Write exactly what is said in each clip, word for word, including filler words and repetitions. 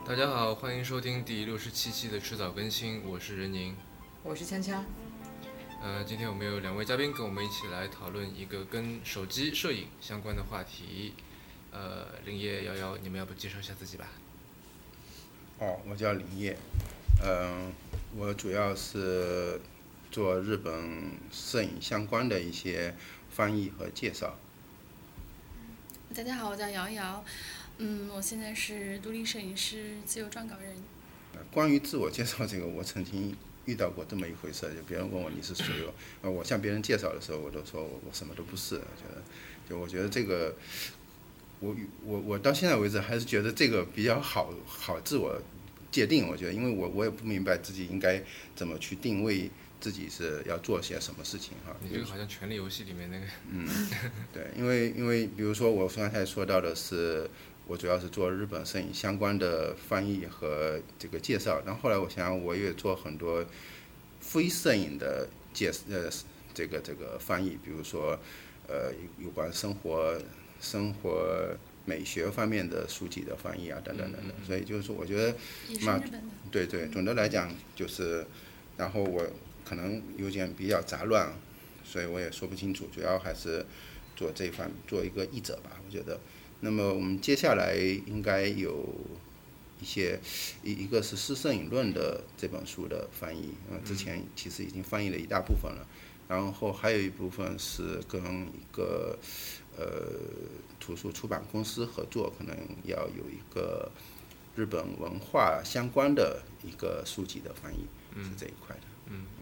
大家好，欢迎收听第六十七期的迟早更新，我是任宁， 我是锵锵。 呃，今天我们有两位嘉宾跟我们一起来讨论一个跟手机摄影相关的话题。呃，林业、瑶瑶，你们要不介绍一下自己吧？ 哦，我叫林业，嗯，我主要是做日本摄影相关的一些翻译和介绍。 大家好，我叫瑶瑶，嗯，我现在是独立摄影师、自由撰稿人。 关于自我介绍这个，我曾经遇到过这么一回事，就别人问我你是谁，呃，我向别人介绍的时候，我都说我我什么都不是，我觉得，就我觉得这个，我我我到现在为止还是觉得这个比较好好自我界定，我觉得，因为我我也不明白自己应该怎么去定位自己是要做些什么事情哈。 你这个好像《权力游戏》里面那个。 嗯，对，因为因为比如说我刚才说到的是，我主要是做日本摄影相关的翻译和这个介绍，然后后来我想我也做很多非摄影的介呃这个这个翻译，比如说呃有关生活生活美学方面的书籍的翻译啊等等等等，所以就是说我觉得嘛，对对，总的来讲就是，然后我可能有点比较杂乱，所以我也说不清楚，主要还是做这一方做一个译者吧，我觉得。那么我们接下来应该有一些一一个是《诗摄影论》的这本书的翻译，嗯，之前其实已经翻译了一大部分了，然后还有一部分是跟一个呃图书出版公司合作，可能要有一个日本文化相关的一个书籍的翻译，是这一块的。 嗯嗯。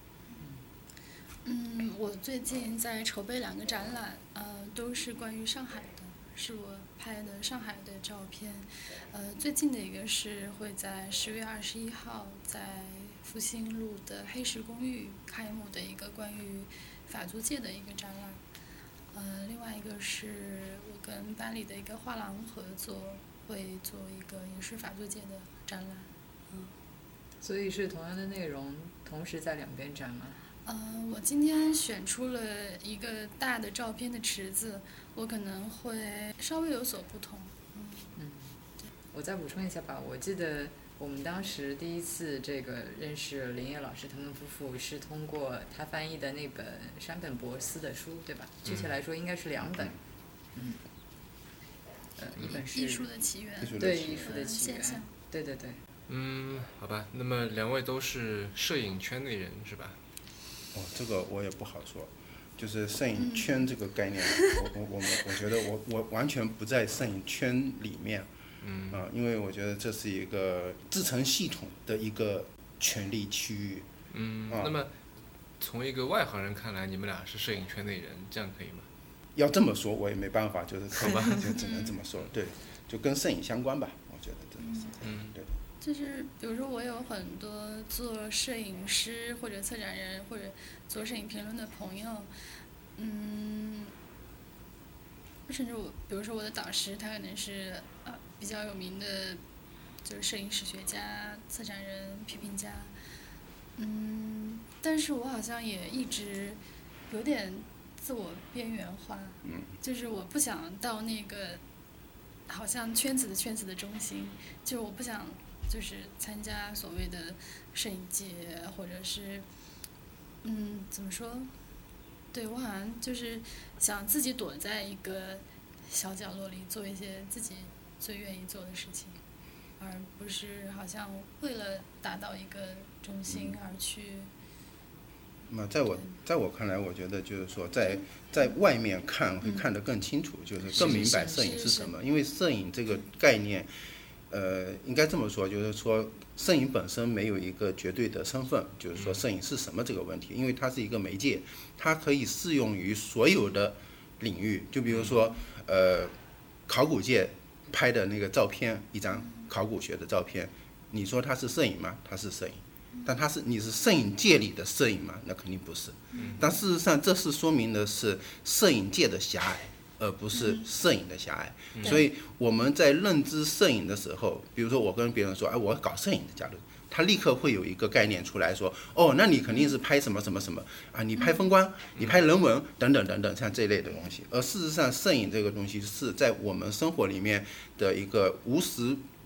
嗯，我最近在筹备两个展览，呃，都是关于上海的，是我拍的上海的照片。呃，最近的一个是会在十月二十一号在复兴路的黑石公寓开幕的一个关于法租界的一个展览。呃，另外一个是我跟班里的一个画廊合作，会做一个也是法租界的展览。嗯。 所以是同样的内容，同时在两边展吗？ 呃，我今天选出了一个大的照片的池子，我可能会稍微有所不同。嗯， 嗯，我再补充一下吧。我记得我们当时第一次这个认识林业老师他们夫妇是通过他翻译的那本山本博司的书，对吧？具体来说应该是两本。嗯。呃，一本是艺术的起源， 对艺术的起源， 现象对对对。 嗯，好吧，那么两位都是摄影圈内人是吧？ 哦，这个我也不好说，就是摄影圈这个概念，我我我我觉得我我完全不在摄影圈里面， 嗯， 啊、呃，因为我觉得这是一个自成系统的一个权力区域。 嗯， 啊、 那么从一个外行人看来，你们俩是摄影圈内人，这样可以吗？ 要这么说，我也没办法，就是好吧， 就只能这么说，对，就跟摄影相关吧，我觉得真的是， 嗯， 对。 就是比如说我有很多做摄影师或者策展人或者做摄影评论的朋友，嗯，甚至我比如说我的导师他可能是呃比较有名的，就是摄影史学家、策展人、批评家，嗯，但是我好像也一直有点自我边缘化， 嗯， 就是我不想到那个好像圈子的圈子的中心，就是我不想。就是参加所谓的摄影节，或者是，嗯，怎么说？对，我好像就是想自己躲在一个小角落里，做一些自己最愿意做的事情，而不是好像为了达到一个中心而去。 那在我在我看来，我觉得就是说在，在外面看会看得更清楚，就是更明白摄影是什么，因为摄影这个概念。呃，应该这么说，就是说，摄影本身没有一个绝对的身份，就是说，摄影是什么这个问题，因为它是一个媒介，它可以适用于所有的领域。就比如说，呃，考古界拍的那个照片，一张考古学的照片，你说它是摄影吗？它是摄影，但它是你是摄影界里的摄影吗？那肯定不是。但事实上，这是说明的是摄影界的狭隘。而不是摄影的狭隘， 嗯、 所以我们在认知摄影的时候，比如说我跟别人说，哎，我搞摄影的，假如他立刻会有一个概念出来说，哦，那你肯定是拍什么什么什么啊，你拍风光，你拍人文等等等等，像这类的东西。而事实上，摄影这个东西是在我们生活里面的一个无时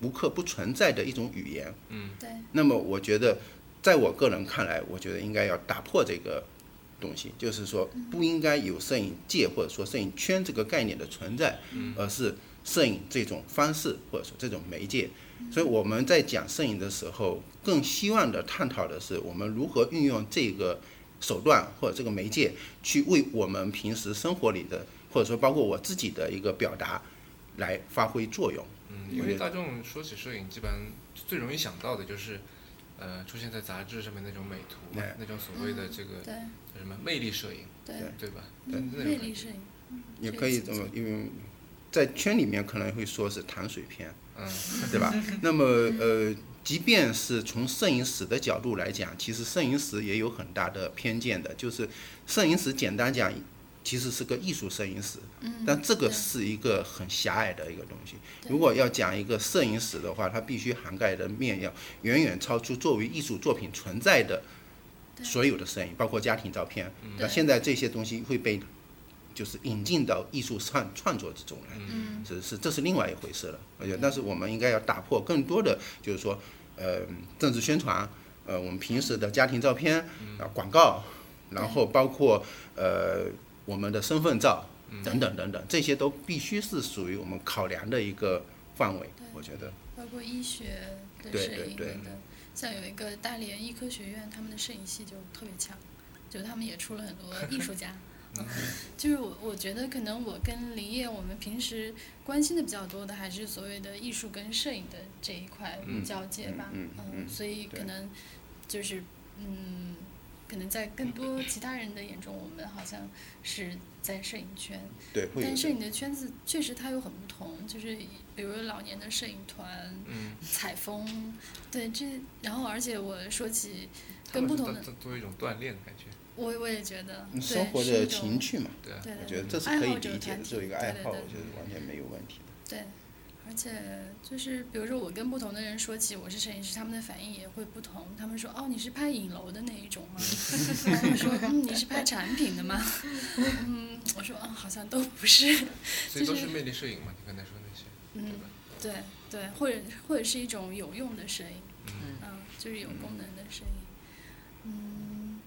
无刻不存在的一种语言。 嗯， 对， 那么我觉得，在我个人看来，我觉得应该要打破这个东西，就是说不应该有摄影界或者说摄影圈这个概念的存在，而是摄影这种方式或者说这种媒介。所以我们在讲摄影的时候，更希望的探讨的是我们如何运用这个手段或者这个媒介，去为我们平时生活里的，或者说包括我自己的一个表达，来发挥作用。 嗯，因为大众说起摄影，基本上最容易想到的就是，呃，出现在杂志上面那种美图嘛，那种所谓的这个对叫什么魅力摄影， 对对吧？ 对那种魅力摄影，嗯也可以这么，因为在圈里面可能会说是糖水片， 嗯， 对吧？那么呃，即便是从摄影史的角度来讲，其实摄影史也有很大的偏见的，就是摄影史简单讲，其实是个艺术摄影史，但这个是一个很狭隘的一个东西。如果要讲一个摄影史的话，它必须涵盖的面要远远超出作为艺术作品存在的所有的摄影，包括家庭照片。那现在这些东西会被就是引进到艺术创创作之中来， 嗯是是这是另外一回事了。我觉得，但是我们应该要打破更多的，就是说，呃，政治宣传，呃，我们平时的家庭照片啊、广告，然后包括呃我们的身份照等等等等，这些都必须是属于我们考量的一个范围。我觉得， 包括医学的对摄影对对等等，像有一个大连医科学院，他们的摄影系就特别强，就他们也出了很多艺术家。嗯，就是我我觉得可能我跟林业我们平时关心的比较多的还是所谓的艺术跟摄影的这一块交界吧， 嗯嗯嗯所以可能就是嗯，可能在更多其他人的眼中，我们好像是在摄影圈， 对，会有但摄影的圈子确实它有很不同，就是比如老年的摄影团、 嗯， 采风，对这，然后而且我说起跟不同的， 作为一种锻炼的感觉。 我我也觉得，对生活的情趣嘛， 对， 对我觉得这是可以理解的，作为一个爱好，我觉得完全没有问题的。 对，而且就是比如说我跟不同的人说起我是摄影师，他们的反应也会不同。他们说哦，你是拍影楼的那一种吗？然后我说嗯，你是拍产品的吗？嗯，我说嗯，好像都不是。 所以都是魅力摄影嘛，你刚才说那些， 嗯对吧？ 对对，或者或者是一种有用的摄影， 嗯， 嗯，就是有功能的摄影，嗯。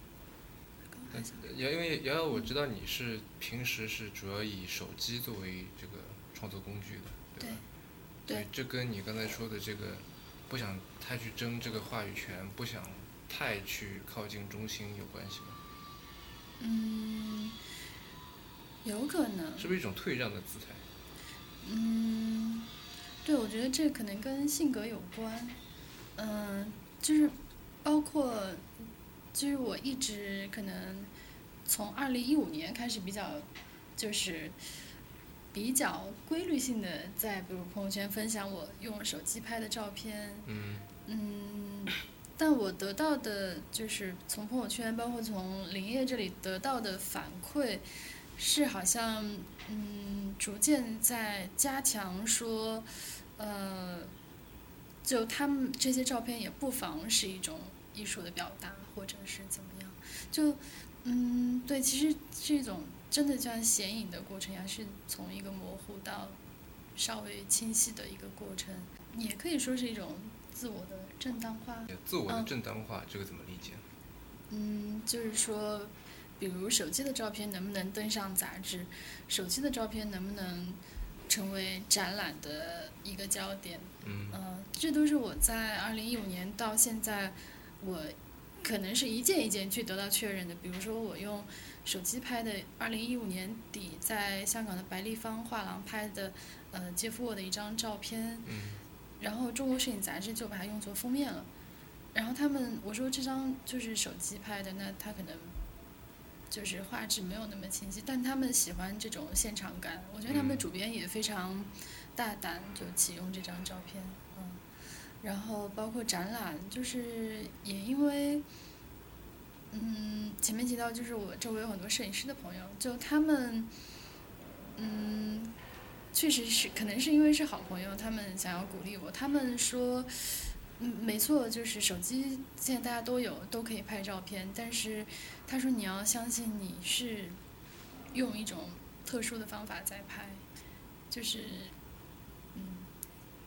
瑶，因为瑶瑶，我知道你是平时是主要以手机作为这个创作工具的，对吧？ 对。 对，这跟你刚才说的这个不想太去争这个话语权，不想太去靠近中心有关系吗？ 嗯，有可能。 是不是一种退让的姿态？ 嗯，对，我觉得这可能跟性格有关。嗯，就是包括，就是我一直可能从二零一五年开始比较，就是比较规律性的在比如朋友圈分享我用手机拍的照片。 嗯。 嗯，但我得到的就是从朋友圈，包括从林业这里得到的反馈，是好像嗯逐渐在加强说，呃，就他们这些照片也不妨是一种艺术的表达，或者是怎么样，就嗯对，其实是一种真的像显影的过程一样，是从一个模糊到稍微清晰的一个过程，也可以说是一种自我的正当化。 自我的正当化，嗯、这个怎么理解？ 嗯，就是说，比如手机的照片能不能登上杂志，手机的照片能不能成为展览的一个焦点。 嗯、 呃，这都是我在二零一五年到现在，我可能是一件一件去得到确认的。比如说，我用手机拍的二零一五年底在香港的白立方画廊拍的呃杰夫沃的一张照片。 嗯， 然后中国摄影杂志就把它用作封面了，然后他们我说这张就是手机拍的，那他可能就是画质没有那么清晰，但他们喜欢这种现场感，我觉得他们的主编也非常大胆，就启用这张照片，嗯，然后包括展览，就是也因为，嗯，前面提到就是我周围有很多摄影师的朋友，就他们，嗯。确实是，可能是因为是好朋友，他们想要鼓励我。他们说，嗯，没错，就是手机现在大家都有，都可以拍照片。但是他说你要相信你是用一种特殊的方法在拍，就是，嗯，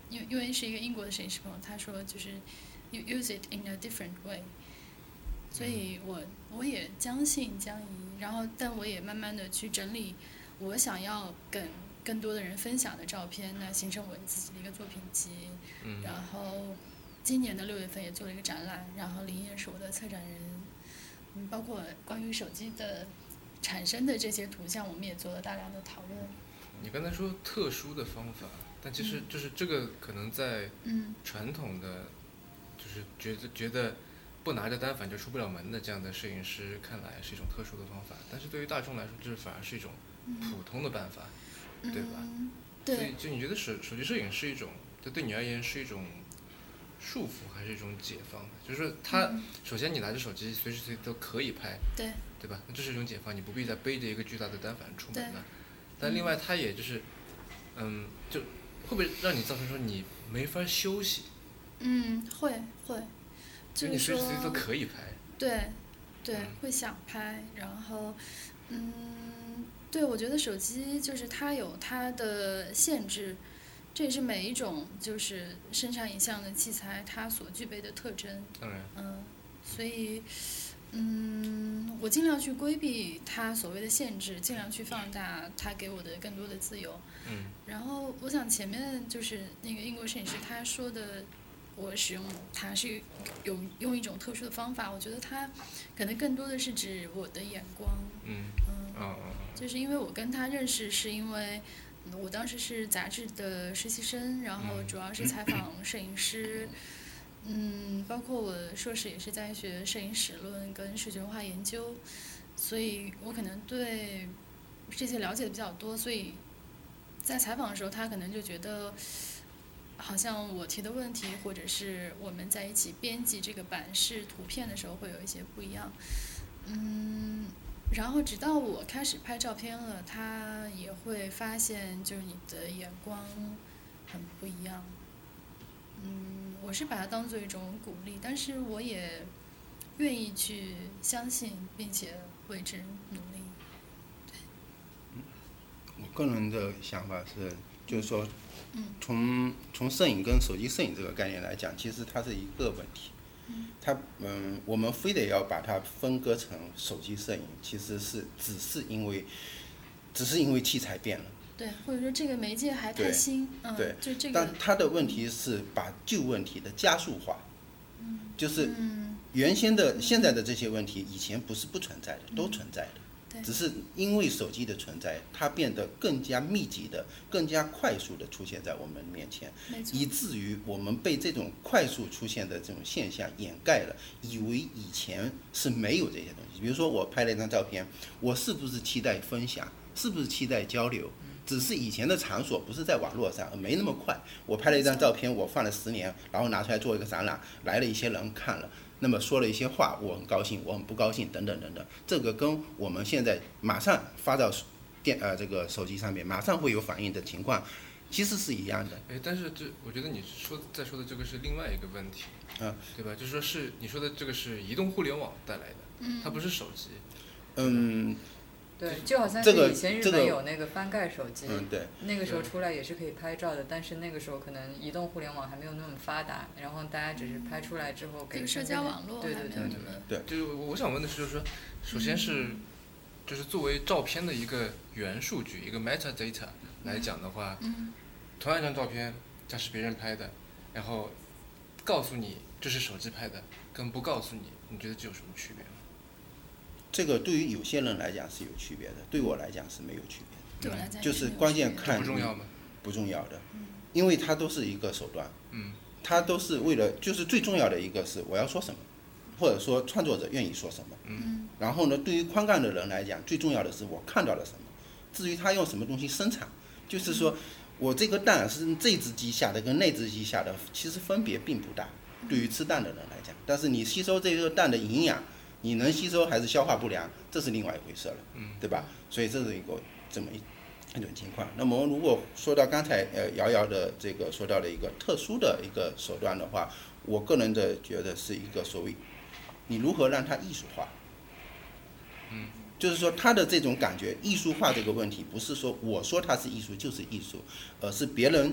因为因为是一个英国的摄影师朋友，他说就是 you use it in a different way， 所以我我也将信将疑，然后但我也慢慢的去整理我想要跟更多的人分享的照片，那形成我自己的一个作品集。 嗯， 然后今年的六月份也做了一个展览，然后林烨是我的策展人，嗯，包括关于手机的产生的这些图像，我们也做了大量的讨论。 你刚才说特殊的方法，但其实就是这个可能在传统的，就是觉得觉得不拿着单反就出不了门的这样的摄影师看来是一种特殊的方法，但是对于大众来说，这反而是一种普通的办法， 嗯、 对吧？ 嗯、对。 所以就你觉得手手机摄影是一种，就对你而言是一种束缚还是一种解放？就是说它、嗯、首先你拿着手机随时随地都可以拍， 对， 对吧？那这是一种解放，你不必再背着一个巨大的单反出门了。但另外它也就是，嗯，就会不会让你造成说你没法休息？ 嗯，会会，就是说你随时随地都可以拍。 对，对，嗯、会想拍，然后，嗯，对，我觉得手机就是它有它的限制，这也是每一种就是生产影像的器材它所具备的特征。 当然。 嗯，所以。嗯，我尽量去规避它所谓的限制，尽量去放大它给我的更多的自由。 嗯。 然后我想前面就是那个英国摄影师他说的，我使用它是有用一种特殊的方法，我觉得他可能更多的是指我的眼光。 嗯。 嗯。 哦哦。 就是因为我跟他认识是因为我当时是杂志的实习生，然后主要是采访摄影师。嗯，包括我硕士也是在学摄影史论跟视觉文化研究，所以我可能对这些了解的比较多，所以在采访的时候，他可能就觉得好像我提的问题，或者是我们在一起编辑这个版式图片的时候会有一些不一样。嗯，然后直到我开始拍照片了，他也会发现就是你的眼光很不一样。嗯，我是把它当做一种鼓励，但是我也愿意去相信并且为之努力。 对。我个人的想法是，就是说， 嗯， 从从摄影跟手机摄影这个概念来讲，其实它是一个问题。 嗯。 它嗯，我们非得要把它分割成手机摄影，其实是只是因为，只是因为器材变了。 对，或者说这个媒介还太新，嗯， 对， 就这个。 但它的问题是把旧问题的加速化， 嗯， 就是原先的、嗯、现在的这些问题，以前不是不存在的，嗯、都存在的， 对， 只是因为手机的存在，它变得更加密集的、更加快速的出现在我们面前，以至于我们被这种快速出现的这种现象掩盖了，以为以前是没有这些东西。比如说我拍了一张照片，我是不是期待分享？是不是期待交流？只是以前的场所不是在网络上，没那么快。我拍了一张照片，我放了十年，然后拿出来做一个展览，来了一些人看了，那么说了一些话，我很高兴，我很不高兴，等等等等。这个跟我们现在马上发到电呃这个手机上面，马上会有反应的情况，其实是一样的。 哎，但是这我觉得你说在说的这个是另外一个问题， 嗯， 对吧？就是说是你说的这个是移动互联网带来的， 嗯， 它不是手机， 嗯。 对，就好像是以前日本有那个翻盖手机， 这个嗯、对， 那个时候出来也是可以拍照的，但是那个时候可能移动互联网还没有那么发达，然后大家只是拍出来之后给社交网络， 对对对对， 就是我想问的是，就是说，首先是，就是作为照片的一个元数据，一个 metadata 来讲的话， 嗯， 同样一张照片，假是别人拍的，然后告诉你这是手机拍的，跟不告诉你，你觉得这有什么区别吗？ 这个对于有些人来讲是有区别的，对我来讲是没有区别的。 对我来讲就是关键看不重要吗？ 不重要的，因为它都是一个手段。 嗯。 它都是为了，就是最重要的一个是我要说什么，或者说创作者愿意说什么。 嗯。 然后呢，对于观看的人来讲，最重要的是我看到了什么。至于他用什么东西生产，就是说我这个蛋是这只鸡下的跟那只鸡下的，其实分别并不大。对于吃蛋的人来讲，但是你吸收这个蛋的营养。你能吸收还是消化不良，这是另外一回事了，对吧？所以这是一个这么一一种情况。那么如果说到刚才呃瑶瑶的这个说到的一个特殊的一个手段的话，我个人的觉得是一个所谓你如何让它艺术化。 嗯， 就是说他的这种感觉艺术化这个问题，不是说我说它是艺术就是艺术，而是别人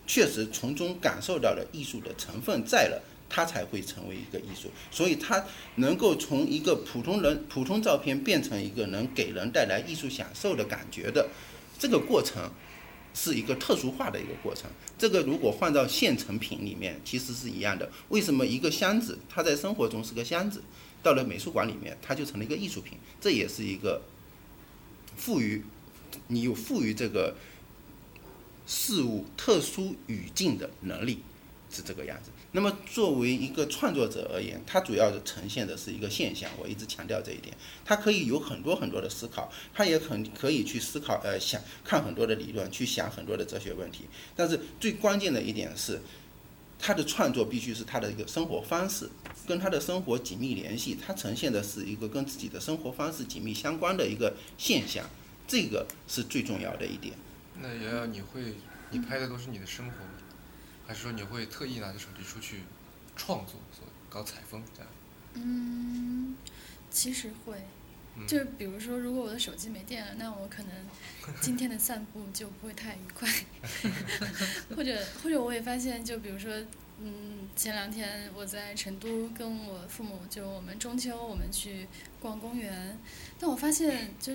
确实从中感受到了艺术的成分在了，它才会成为一个艺术。所以它能够从一个普通人普通照片变成一个能给人带来艺术享受的感觉的这个过程，是一个特殊化的一个过程。这个如果换到现成品里面，其实是一样的。为什么一个箱子它在生活中是个箱子，到了美术馆里面它就成了一个艺术品？这也是一个赋予你有赋予这个事物特殊语境的能力，是这个样子。那么作为一个创作者而言，它主要的呈现的是一个现象，我一直强调这一点。它可以有很多很多的思考，它也很可以去思考，呃，想看很多的理论，去想很多的哲学问题。但是最关键的一点是，他的创作必须是他的一个生活方式，跟他的生活紧密联系，他呈现的是一个跟自己的生活方式紧密相关的一个现象，这个是最重要的一点。 那瑶瑶，你会，你拍的都是你的生活吗？还是说你会特意拿着手机出去创作，搞采风这样？ 嗯，其实会，就比如说，如果我的手机没电了，那我可能今天的散步就不会太愉快。或者或者我也发现，就比如说，嗯，前两天我在成都跟我父母，就我们中秋我们去逛公园，但我发现就是。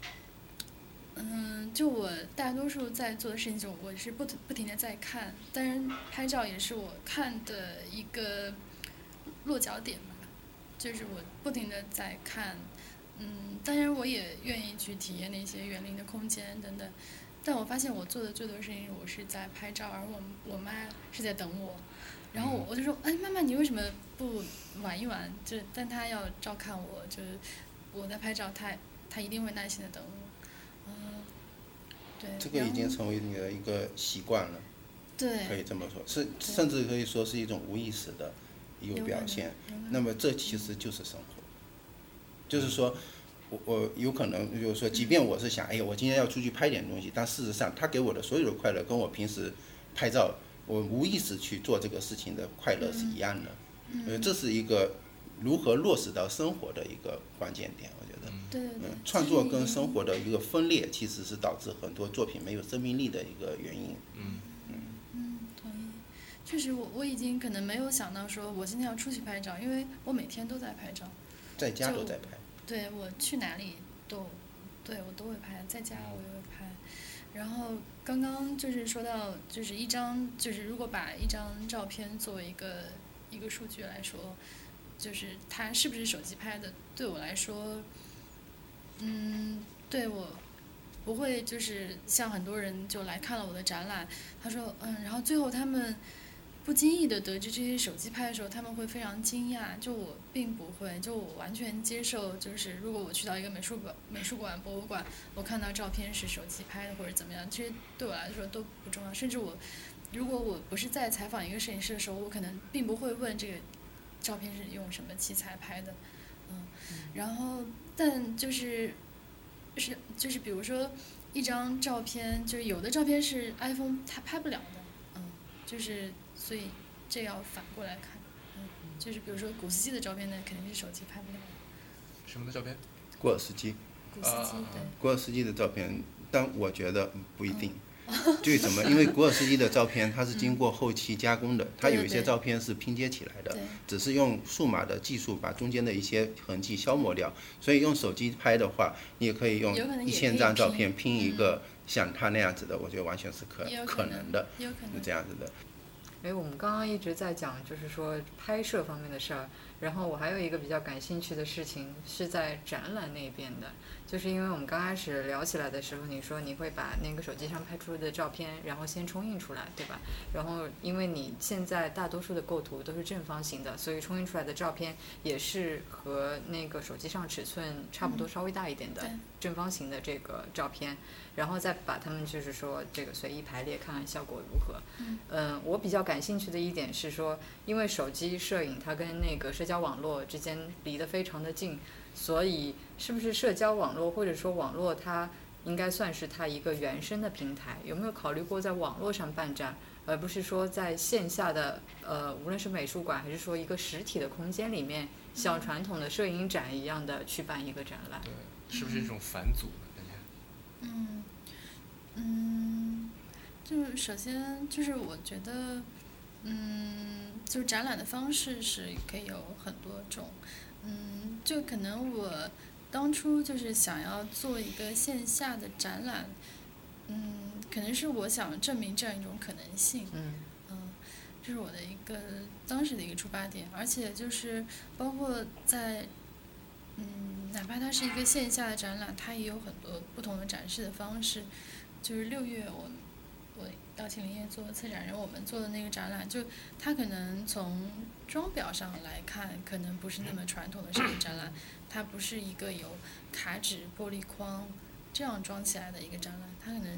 嗯，就我大多数在做的事情中，我是不不停的在看，当然拍照也是我看的一个落脚点吧，就是我不停的在看，嗯，当然我也愿意去体验那些园林的空间等等，但我发现我做的最多的事情，我是在拍照，而我我妈是在等我，然后我就说，哎，妈妈你为什么不玩一玩？就但她要照看我，就是我在拍照，她她一定会耐心的等我。 这个已经成为你的一个习惯了， 对， 可以这么说，是甚至可以说是一种无意识的一个表现。那么这其实就是生活，就是说，我我有可能就是说，即便我是想，哎呀，我今天要出去拍点东西，但事实上，他给我的所有的快乐，跟我平时拍照，我无意识去做这个事情的快乐是一样的。呃，这是一个如何落实到生活的一个关键点，我觉得。 对对对。 嗯，创作跟生活的一个分裂，其实是导致很多作品没有生命力的一个原因。 嗯嗯嗯，同意。确实我，我已经可能没有想到说我今天要出去拍照，因为我每天都在拍照。 在家都在拍。 对，我去哪里都，对我都会拍，在家我也会拍。然后刚刚就是说到，就是一张，就是如果把一张照片作为一个一个数据来说，就是它是不是手机拍的，对我来说，嗯，对我不会就是像很多人就来看了我的展览，他说嗯，然后最后他们不经意的得知这些手机拍的时候，他们会非常惊讶，就我并不会，就我完全接受，就是如果我去到一个美术馆、美术馆、博物馆，我看到照片是手机拍的或者怎么样，这些对我来说都不重要。甚至我，如果我不是在采访一个摄影师的时候，我可能并不会问这个照片是用什么器材拍的，嗯，然后但就是是就是比如说一张照片，就是有的照片是 iPhone 它拍不了的，嗯，就是。所以这要反过来看，嗯，就是比如说古斯基的照片呢，肯定是手机拍不了的。 什么的照片？ 古尔斯基。 古斯基对。 古尔斯基的照片，但我觉得不一定。为什么？因为古尔斯基的照片它是经过后期加工的，它有一些照片是拼接起来的，只是用数码的技术把中间的一些痕迹消磨掉。所以用手机拍的话，你也可以用一千张照片拼一个像他那样子的，我觉得完全是可可能的，是这样子的。 哎，我们刚刚一直在讲，就是说拍摄方面的事儿，然后我还有一个比较感兴趣的事情是在展览那边的，就是因为我们刚开始聊起来的时候，你说你会把那个手机上拍出的照片，然后先冲印出来，对吧？然后因为你现在大多数的构图都是正方形的，所以冲印出来的照片也是和那个手机上尺寸差不多稍微大一点的正方形的这个照片，然后再把它们就是说这个随意排列，看看效果如何。嗯、呃，我比较感兴趣的一点是说，因为手机摄影它跟那个社交网络之间离得非常的近，所以是不是社交网络或者说网络它应该算是它一个原生的平台？有没有考虑过在网络上办展，而不是说在线下的呃，无论是美术馆还是说一个实体的空间里面，像传统的摄影展一样的去办一个展览？ 对，是不是一种返祖？ 嗯嗯，就就首先就是我觉得，嗯，就展览的方式是可以有很多种，嗯，就可能我当初就是想要做一个线下的展览，嗯，可能是我想证明这样一种可能性， 嗯， 嗯，这是我的一个当时的一个出发点，而且就是包括在，嗯，哪怕它是一个线下的展览，它也有很多不同的展示的方式。就是六月我我邀请林业做策展人，我们做的那个展览，就它可能从装裱上来看，可能不是那么传统的摄影展览，它不是一个有卡纸玻璃框这样装起来的一个展览，它可能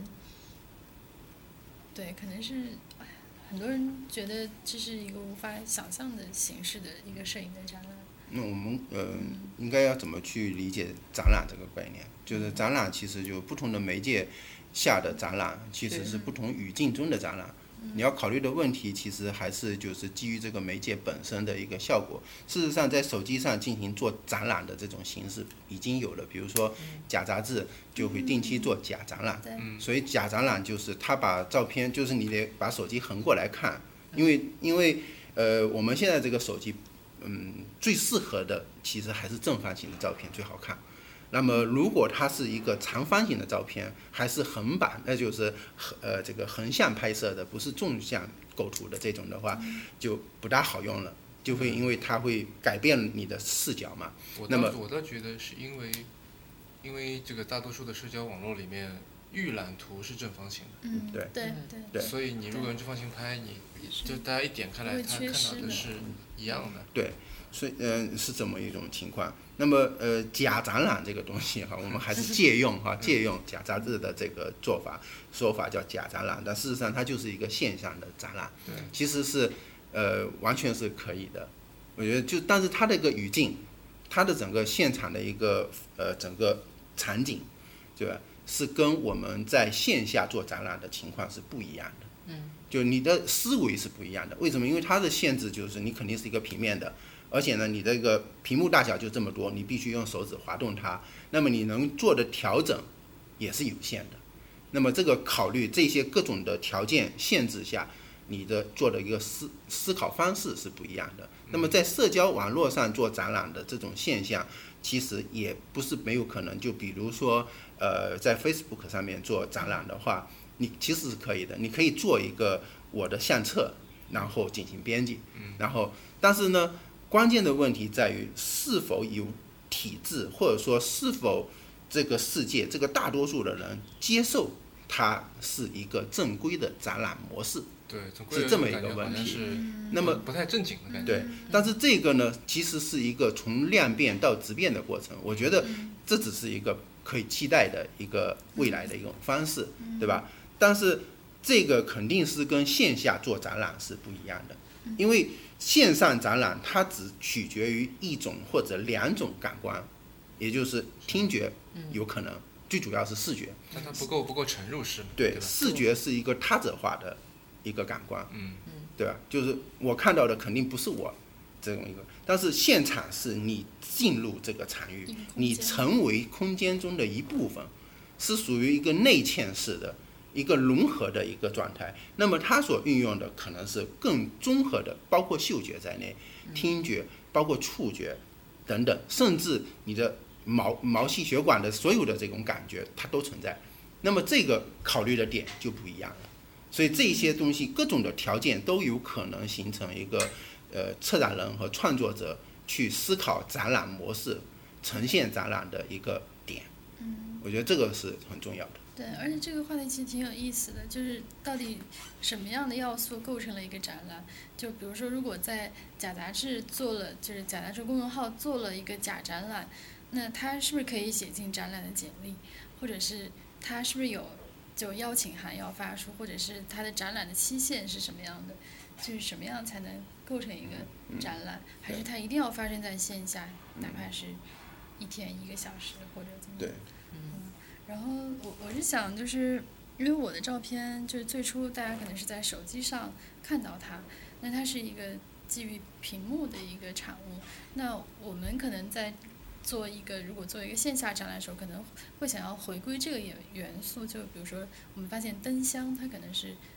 对可能是很多人觉得这是一个无法想象的形式的一个摄影的展览。 那我们呃应该要怎么去理解展览这个概念？就是展览其实就不同的媒介下的展览，其实是不同语境中的展览。你要考虑的问题其实还是就是基于这个媒介本身的一个效果。事实上，在手机上进行做展览的这种形式已经有了，比如说假杂志就会定期做假展览。所以假展览就是他把照片，就是你得把手机横过来看，因为因为呃我们现在这个手机。嗯，最适合的其实还是正方形的照片最好看。那么，如果它是一个长方形的照片，还是横版，那就是呃这个横向拍摄的，不是纵向构图的这种的话，就不大好用了，就会因为它会改变你的视角嘛。 我那么我倒觉得是因为，因为这个大多数的社交网络里面，预览图是正方形的。 嗯， 对对对。 所以你如果用正方形拍，你就大家一点开来，他看到的是一样的。 对。所以，嗯、呃，是这么一种情况。那么，呃，假展览这个东西哈，我们还是借用哈，借用假杂志的这个做法，说法叫假展览，但事实上它就是一个线上的展览，其实是，呃，完全是可以的。我觉得就，但是它的一个语境，它的整个现场的一个呃整个场景，对吧？是跟我们在线下做展览的情况是不一样的。 嗯。 就你的思维是不一样的。为什么？因为它的限制就是你肯定是一个平面的。而且呢，你这个屏幕大小就这么多，你必须用手指滑动它，那么你能做的调整也是有限的。那么这个考虑这些各种的条件限制下，你的做的一个思思考方式是不一样的。那么在社交网络上做展览的这种现象，其实也不是没有可能。就比如说，呃，在 Facebook 上面做展览的话，你其实是可以的。你可以做一个我的相册，然后进行编辑，然后但是呢。关键的问题在于是否有体制，或者说是否这个世界这个大多数的人接受它是一个正规的展览模式， 对， 是这么一个问题。那么不太正经的感觉。对，但是这个呢，其实是一个从量变到质变的过程。我觉得这只是一个可以期待的一个未来的一种方式，对吧？但是这个肯定是跟线下做展览是不一样的，因为线上展览它只取决于一种或者两种感官，也就是听觉有可能，最主要是视觉。 但它不够不够沉入式。 对， 对， 视觉是一个他者化的一个感官， 嗯， 对吧？就是我看到的肯定不是我这种一个，但是现场是你进入这个场域，你成为空间中的一部分，是属于一个内嵌式的。一个融合的一个状态，那么它所运用的可能是更综合的，包括嗅觉在内，听觉，包括触觉等等，甚至你的毛毛细血管的所有的这种感觉，它都存在。那么这个考虑的点就不一样了。所以这些东西各种的条件都有可能形成一个呃策展人和创作者去思考展览模式、呈现展览的一个点。我觉得这个是很重要的。 对，而且这个话题其实挺有意思的，就是到底什么样的要素构成了一个展览？就比如说，如果在假杂志做了，就是假杂志公众号做了一个假展览，那它是不是可以写进展览的简历？或者是它是不是有就邀请函要发出？或者是它的展览的期限是什么样的？就是什么样才能构成一个展览？还是它一定要发生在线下，哪怕是一天一个小时或者怎么样？ 对。 然后我我是想，就是因为我的照片，就是最初大家可能是在手机上看到它，那它是一个基于屏幕的一个产物。那我们可能在做一个，如果做一个线下展览的时候，可能会想要回归这个元元素，就比如说我们发现灯箱它可能是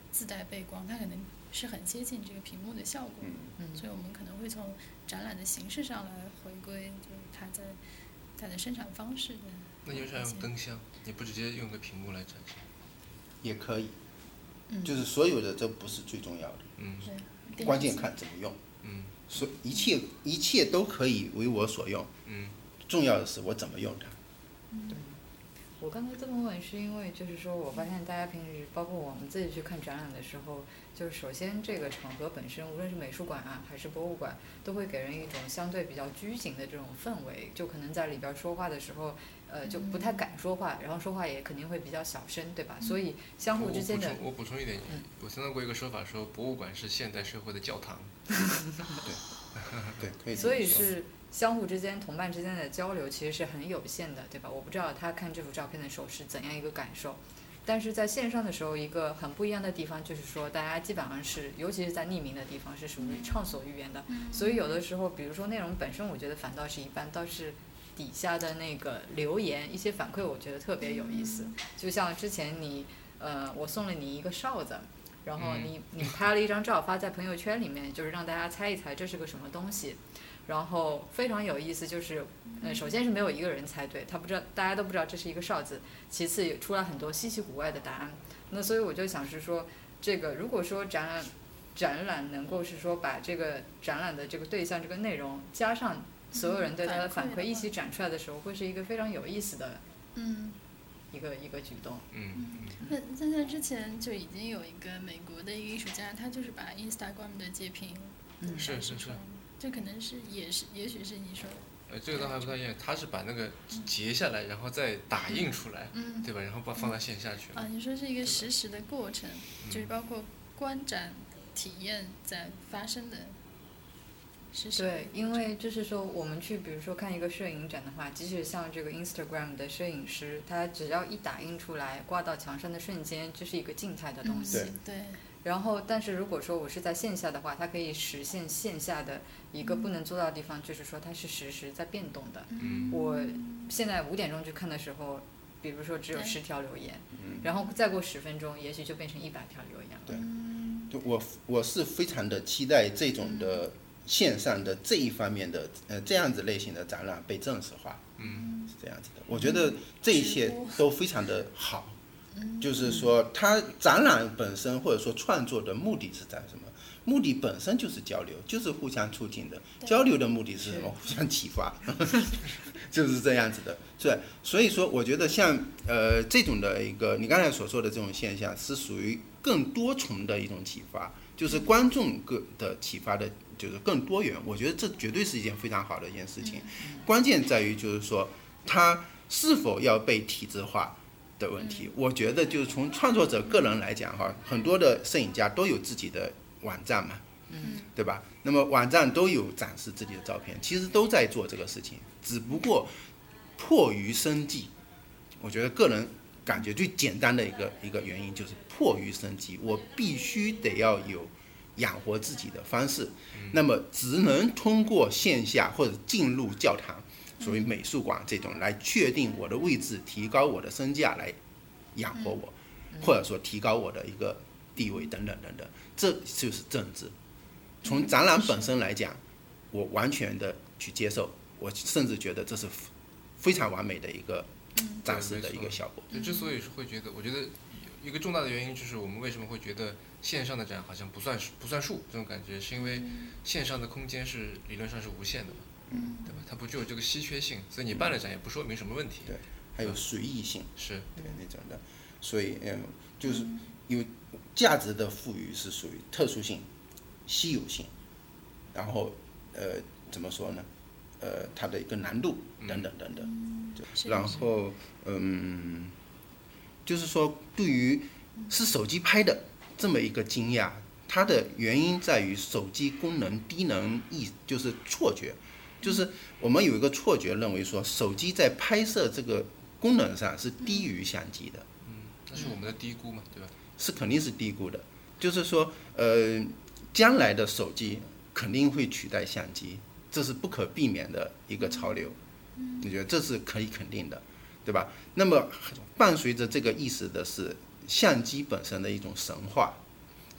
自带背光，它可能是很接近这个屏幕的效果。 嗯， 所以我们可能会从展览的形式上来回归，就是它在它的生产方式的。 那你为啥用灯箱？你不直接用个屏幕来展示？ 也可以， 嗯、 就是所有的这不是最重要的， 嗯， 对， 关键看怎么用。 嗯， 所一切一切都可以为我所用。 嗯， 重要的是我怎么用它。 对，我刚才这么问是因为就是说我发现大家平时包括我们自己去看展览的时候，就是首先这个场合本身，无论是美术馆啊还是博物馆，都会给人一种相对比较拘谨的这种氛围，就可能在里边说话的时候，呃，就不太敢说话，然后说话也肯定会比较小声，对吧？所以相互之间的。 我补充一点， 嗯、 我听到过一个说法，说博物馆是现代社会的教堂。 对，对，可以。 所以是相互之间、同伴之间的交流其实是很有限的，对吧？我不知道他看这幅照片的时候是怎样一个感受。但是在线上的时候，一个很不一样的地方就是说，大家基本上是，尤其是在匿名的地方，是属于畅所欲言的。所以有的时候，比如说内容本身，我觉得反倒是一般，倒是底下的那个留言、一些反馈，我觉得特别有意思。就像之前你，呃，我送了你一个哨子，然后你你拍了一张照发在朋友圈里面，就是让大家猜一猜这是个什么东西。然后非常有意思，就是呃，首先是没有一个人猜对，他不知道，大家都不知道这是一个哨子。其次也出来很多稀奇古怪的答案。那所以我就想是说，这个如果说展览展览能够是说把这个展览的这个对象这个内容加上所有人对它的反馈一起展出来的时候，会是一个非常有意思的， 嗯， 一个一个举动。 嗯， 那在在之前就已经有一个美国的一个艺术家，他就是把 Instagram 的截屏， 嗯， 是是是。 这可能是也是，也许是你说的。 呃，这个倒还不太一样，他是把那个截下来，然后再打印出来， 嗯、 对吧？然后把放到线下去。 啊，你说是一个实时的过程，就是包括观展体验在发生的。 对，因为就是说，我们去比如说看一个摄影展的话，即使像这个 Instagram 的摄影师，他只要一打印出来挂到墙上的瞬间，这是一个静态的东西。 嗯、对。对然后，但是如果说我是在线下的话，它可以实现线下的一个不能做到的地方，就是说它是实时在变动的。 嗯、 我现在五点钟去看的时候，比如说只有十条留言，然后再过十分钟，也许就变成一百条留言了。 对，就我我是非常的期待这种的线上的这一方面的呃这样子类型的展览被正式化。 嗯， 是这样子的，我觉得这一切都非常的好。就是说，它展览本身或者说创作的目的是在什么？目的本身就是交流，就是互相促进的。交流的目的是什么？互相启发，就是这样子的。对，所以说，我觉得像呃这种的一个你刚才所说的这种现象，是属于更多重的一种启发，就是观众个的启发的，就是更多元。我觉得这绝对是一件非常好的一件事情。关键在于就是说，它是否要被体制化。的问题，我觉得就是从创作者个人来讲哈，很多的摄影家都有自己的网站嘛， 嗯， 对吧？那么网站都有展示自己的照片，其实都在做这个事情，只不过迫于生计，我觉得个人感觉最简单的一个一个原因就是迫于生计，我必须得要有养活自己的方式，那么只能通过线下或者进入教堂。所谓美术馆这种来确定我的位置，提高我的身价来养活我，或者说提高我的一个地位等等等等，这就是政治。从展览本身来讲，我完全的去接受，我甚至觉得这是非常完美的一个展示的一个效果。 就之所以是会觉得，我觉得一个重大的原因就是我们为什么会觉得线上的展好像不算不算数这种感觉，是因为线上的空间是理论上是无限的嘛。 嗯， 对吧？它不具有这个稀缺性，所以你办了展也不说明什么问题。 对，还有随意性， 是对那种的，所以嗯，就是因为价值的赋予是属于特殊性、稀有性，然后呃怎么说呢？呃，它的一个难度等等等等， 嗯、 然后嗯，就是说对于是手机拍的这么一个惊讶，它的原因在于手机功能低能意，就是错觉。就是我们有一个错觉，认为说手机在拍摄这个功能上是低于相机的。 嗯，那是我们的低估嘛，对吧？ 是肯定是低估的。就是说，呃，将来的手机肯定会取代相机，这是不可避免的一个潮流。你觉得这是可以肯定的，对吧？那么伴随着这个意识的是相机本身的一种神话。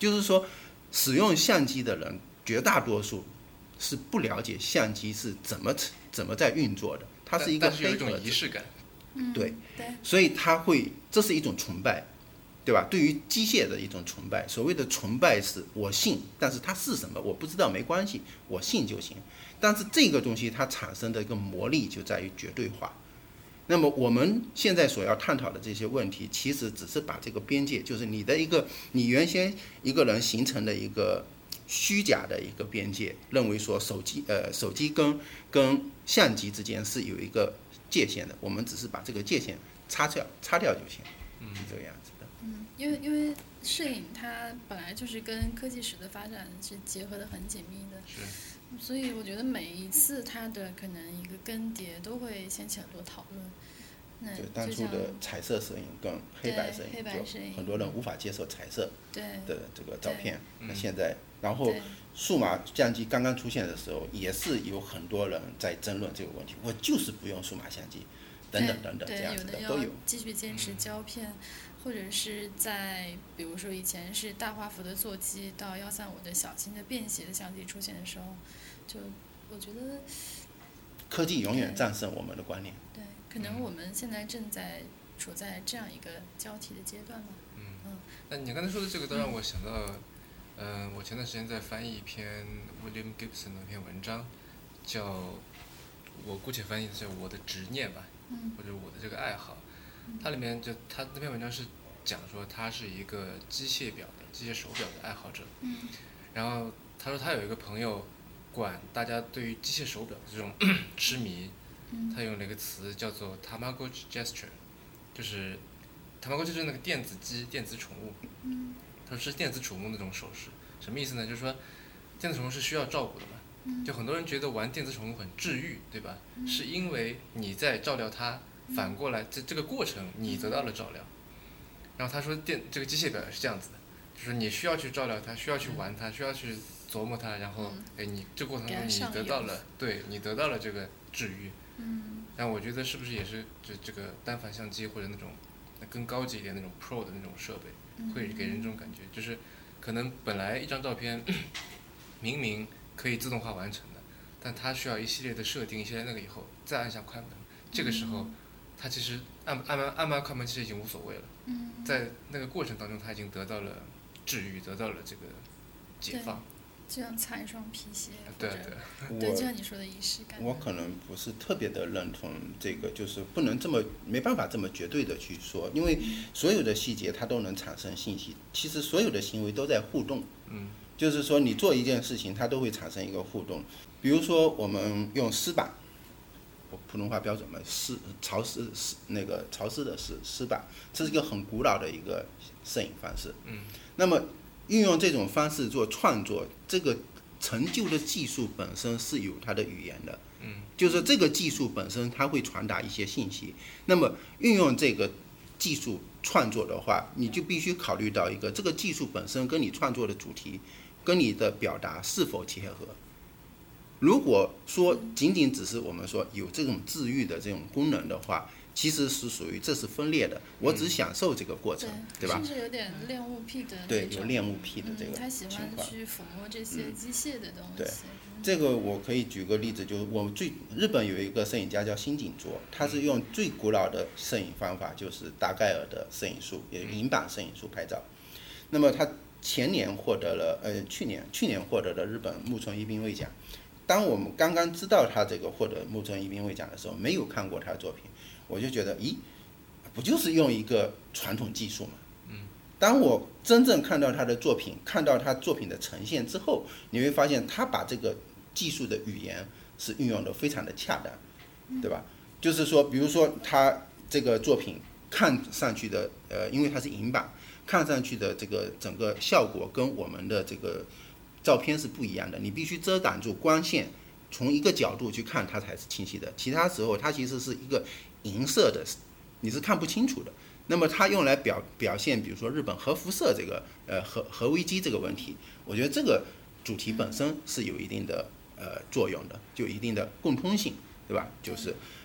就是说使用相机的人绝大多数是不了解相机是怎么怎么在运作的，它是一个黑盒子， 仪式感。 对， 对， 所以他会，这是一种崇拜，对吧？对于机械的一种崇拜，所谓的崇拜是我信，但是它是什么我不知道没关系，我信就行。但是这个东西它产生的一个魔力就在于绝对化。那么我们现在所要探讨的这些问题，其实只是把这个边界，就是你的一个你原先一个人形成的一个虚假的一个边界，认为说手机呃手机跟跟相机之间是有一个界限的，我们只是把这个界限擦掉擦掉就行，是这个样子的。 嗯，因为因为摄影它本来就是跟科技史的发展是结合的很紧密的， 是。 所以我觉得每一次它的可能一个更迭都会掀起很多讨论。那就当初的彩色摄影跟黑白摄影，就很多人无法接受彩色的这个照片。那现在，然后数码相机刚刚出现的时候，也是有很多人在争论这个问题。我就是不用数码相机，等等等等这样子的都有。 继续坚持胶片，或者是在比如说以前是大画幅的座机，到幺三五的小型的便携的相机出现的时候，就我觉得科技永远战胜我们的观念。 对，可能我们现在正在处在这样一个交替的阶段吧。 嗯嗯。那你刚才说的这个，都让我想到，嗯、呃，我前段时间在翻译一篇 William Gibson 的一篇文章，叫我姑且翻译叫我的执念吧， 嗯、 或者我的这个爱好。它里面就他那篇文章是讲说他是一个机械表的机械手表的爱好者。 嗯。 然后他说他有一个朋友，管大家对于机械手表的这种痴迷，他用了一个词叫做 Tamagotchi gesture， 就是 Tamagotchi 就是那个电子鸡、电子宠物。 嗯。 他说是电子宠物那种手势，什么意思呢？就是说电子宠物是需要照顾的嘛。 嗯。 就很多人觉得玩电子宠物很治愈，对吧？嗯、是因为你在照料它，反过来这这个过程你得到了照料。然后他说电这个机械表也是这样子的，就是你需要去照料它，需要去玩它，需要去琢磨它，然后哎你这过程中你得到了，对你得到了这个治愈。 嗯。 但我觉得是不是也是这这个单反相机或者那种更高级一点那种 Pro 的那种设备，会给人这种感觉，就是可能本来一张照片明明可以自动化完成的，但它需要一系列的设定，一系列那个以后再按下快门，这个时候它其实按按按按按快门其实已经无所谓了。在那个过程当中，它已经得到了治愈，得到了这个解放。 就像擦一双皮鞋， 对对，对，就像你说的仪式感。 我可能不是特别的认同这个，就是不能这么没办法这么绝对的去说，因为所有的细节它都能产生信息。其实所有的行为都在互动， 嗯， 就是说你做一件事情，它都会产生一个互动。比如说我们用湿板，我普通话标准嘛，湿潮湿湿那个潮湿的湿湿板，这是一个很古老的一个摄影方式。 嗯， 那么运用这种方式做创作，这个成就的技术本身是有它的语言的。 嗯， 就是这个技术本身它会传达一些信息。那么运用这个技术创作的话，你就必须考虑到一个，这个技术本身跟你创作的主题，跟你的表达是否切合。如果说仅仅只是我们说有这种治愈的这种功能的话，其实是属于这是分裂的，我只享受这个过程， 嗯、 对吧？ 甚至有点恋物癖的那种。 对，有恋物癖的这个情况。 嗯、他喜欢去抚摸这些机械的东西。 嗯、对，这个我可以举个例子，就是我们最日本有一个摄影家叫新井卓，他是用最古老的摄影方法，就是达盖尔的摄影术，也银版摄影术拍照。那么他前年获得了，呃，去年去年获得了日本木村一兵卫奖。当我们刚刚知道他这个获得木村一兵卫奖的时候，没有看过他的作品，我就觉得，咦，不就是用一个传统技术吗？ 嗯。 当我真正看到他的作品，看到他作品的呈现之后，你会发现他把这个技术的语言是运用的非常的恰当，对吧？就是说，比如说他这个作品看上去的，呃，因为它是银版，看上去的这个整个效果跟我们的这个照片是不一样的，你必须遮挡住光线，从一个角度去看它才是清晰的，其他时候它其实是一个银色的，你是看不清楚的。那么它用来表表现，比如说日本核辐射这个呃核核危机这个问题，我觉得这个主题本身是有一定的呃作用的，就有一定的共通性，对吧？就是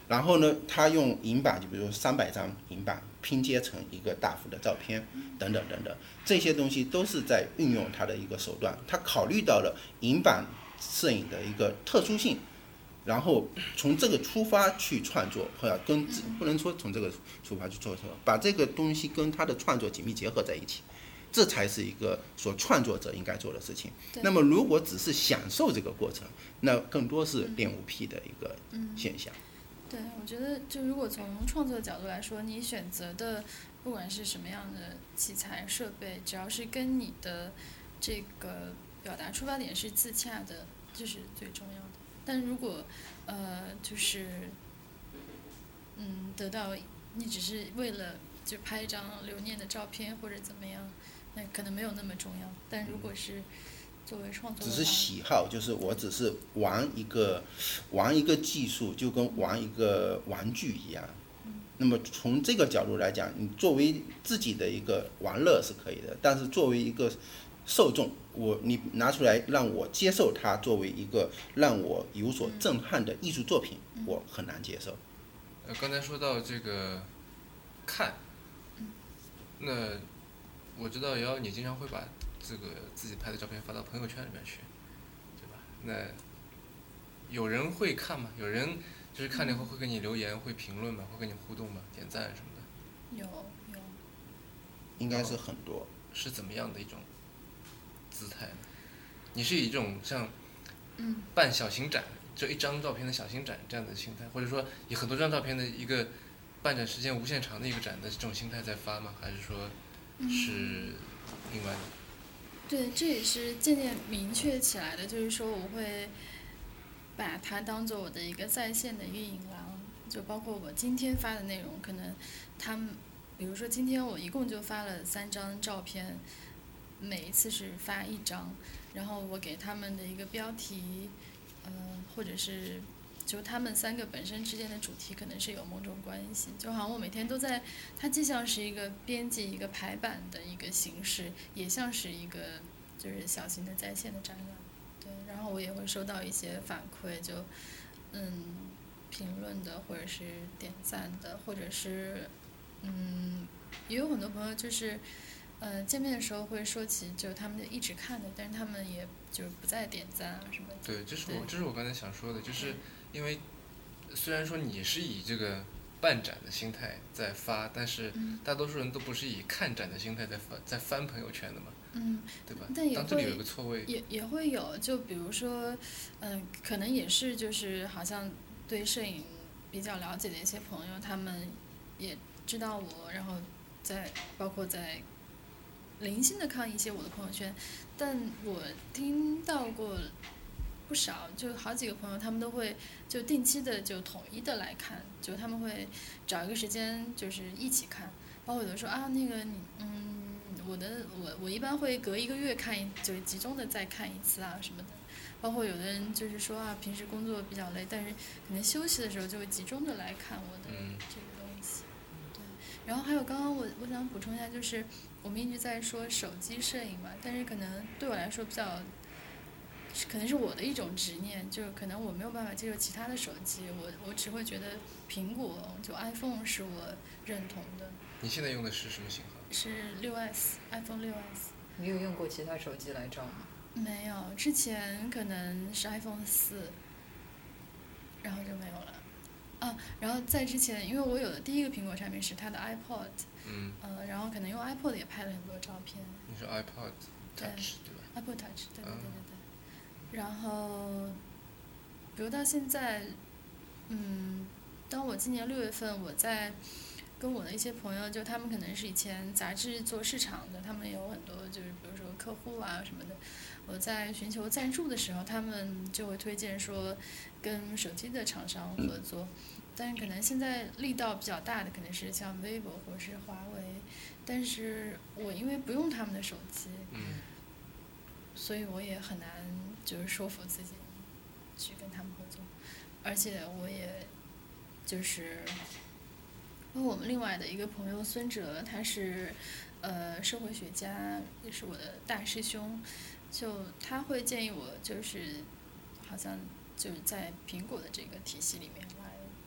然后呢，他用银版，就比如说三百张银版拼接成一个大幅的照片，等等等等，这些东西都是在运用他的一个手段。他考虑到了银版摄影的一个特殊性，然后从这个出发去创作，或者跟不能说从这个出发去做，把这个东西跟他的创作紧密结合在一起。这才是一个说创作者应该做的事情。那么，如果只是享受这个过程，那更多是恋物癖的一个现象。 嗯嗯、对，我觉得就如果从创作角度来说，你选择的不管是什么样的器材设备，只要是跟你的这个表达出发点是自洽的，这是最重要的。但如果呃就是嗯得到你只是为了就拍一张留念的照片或者怎么样。那可能没有那么重要，但如果是作为创作的话， 只是喜好，就是我只是玩一个玩一个技术，就跟玩一个玩具一样。 嗯、 那么从这个角度来讲，你作为自己的一个玩乐是可以的，但是作为一个受众，我你拿出来让我接受它作为一个让我有所震撼的艺术作品， 嗯、 我很难接受。 呃，刚才说到这个看， 嗯、 那。我知道瑶瑶你经常会把这个自己拍的照片发到朋友圈里面去，对吧？那有人会看吗？有人就是看了以后会给你留言、会评论吗？会跟你互动吗？点赞什么的？ 有有。 应该是很多。 是怎么样的一种姿态呢？你是以这种像办小型展，就一张照片的小型展这样的心态，或者说以很多张照片的一个办展时间无限长的一个展的这种心态在发吗？还是说？是另外的。 对，这也是渐渐明确起来的，就是说我会把它当做我的一个在线的一个引廊，就包括我今天发的内容，可能他们，比如说今天我一共就发了三张照片，每一次是发一张，然后我给他们的一个标题，呃，或者是。就他们三个本身之间的主题可能是有某种关系，就好像我每天都在，它既像是一个编辑一个排版的一个形式，也像是一个就是小型的在线的展览，对，然后我也会收到一些反馈，就嗯评论的或者是点赞的，或者是嗯也有很多朋友就是呃见面的时候会说起就他们一直看的，但是他们也就不再点赞啊什么的。 对，这是我这是我刚才想说的，就是因为虽然说你是以这个办展的心态在发，但是大多数人都不是以看展的心态在翻在翻朋友圈的嘛， 嗯， 对吧？ 但也当这里有一个错位， 也也会有，就比如说，嗯、呃，可能也是就是好像对摄影比较了解的一些朋友，他们也知道我，然后在包括在零星的看一些我的朋友圈，但我听到过不少，就好几个朋友，他们都会就定期的就统一的来看，就他们会找一个时间就是一起看，包括有的说啊那个你嗯我的我我一般会隔一个月看一就集中的再看一次啊什么的，包括有的人就是说啊平时工作比较累，但是可能休息的时候就会集中的来看我的这个东西，对，然后还有刚刚我我想补充一下，就是我们一直在说手机摄影嘛，但是可能对我来说比较。可能是我的一种执念，就可能我没有办法接受其他的手机，我我只会觉得苹果就 iPhone 是我认同的。 你现在用的是什么型号？ 是六 S iPhone 六 S。 你有用过其他手机来照吗？ 没有，之前可能是 iPhone 四，然后就没有了。啊，然后在之前，因为我有的第一个苹果产品是它的 iPod， 嗯， 呃，然后可能用 iPod 也拍了很多照片。 你说 iPod Touch 对吧 ？iPod Touch， 对对对对对。然后，比如到现在，嗯，当我今年六月份我在跟我的一些朋友，就他们可能是以前杂志做市场的，他们有很多就是比如说客户啊什么的，我在寻求赞助的时候，他们就会推荐说跟手机的厂商合作，但是可能现在力道比较大的可能是像 vivo 或者是华为，但是我因为不用他们的手机， 嗯， 所以我也很难就是说服自己去跟他们合作，而且我也就是包括我们另外的一个朋友孙哲，他是呃社会学家，也是我的大师兄，就他会建议我就是好像就是在苹果的这个体系里面来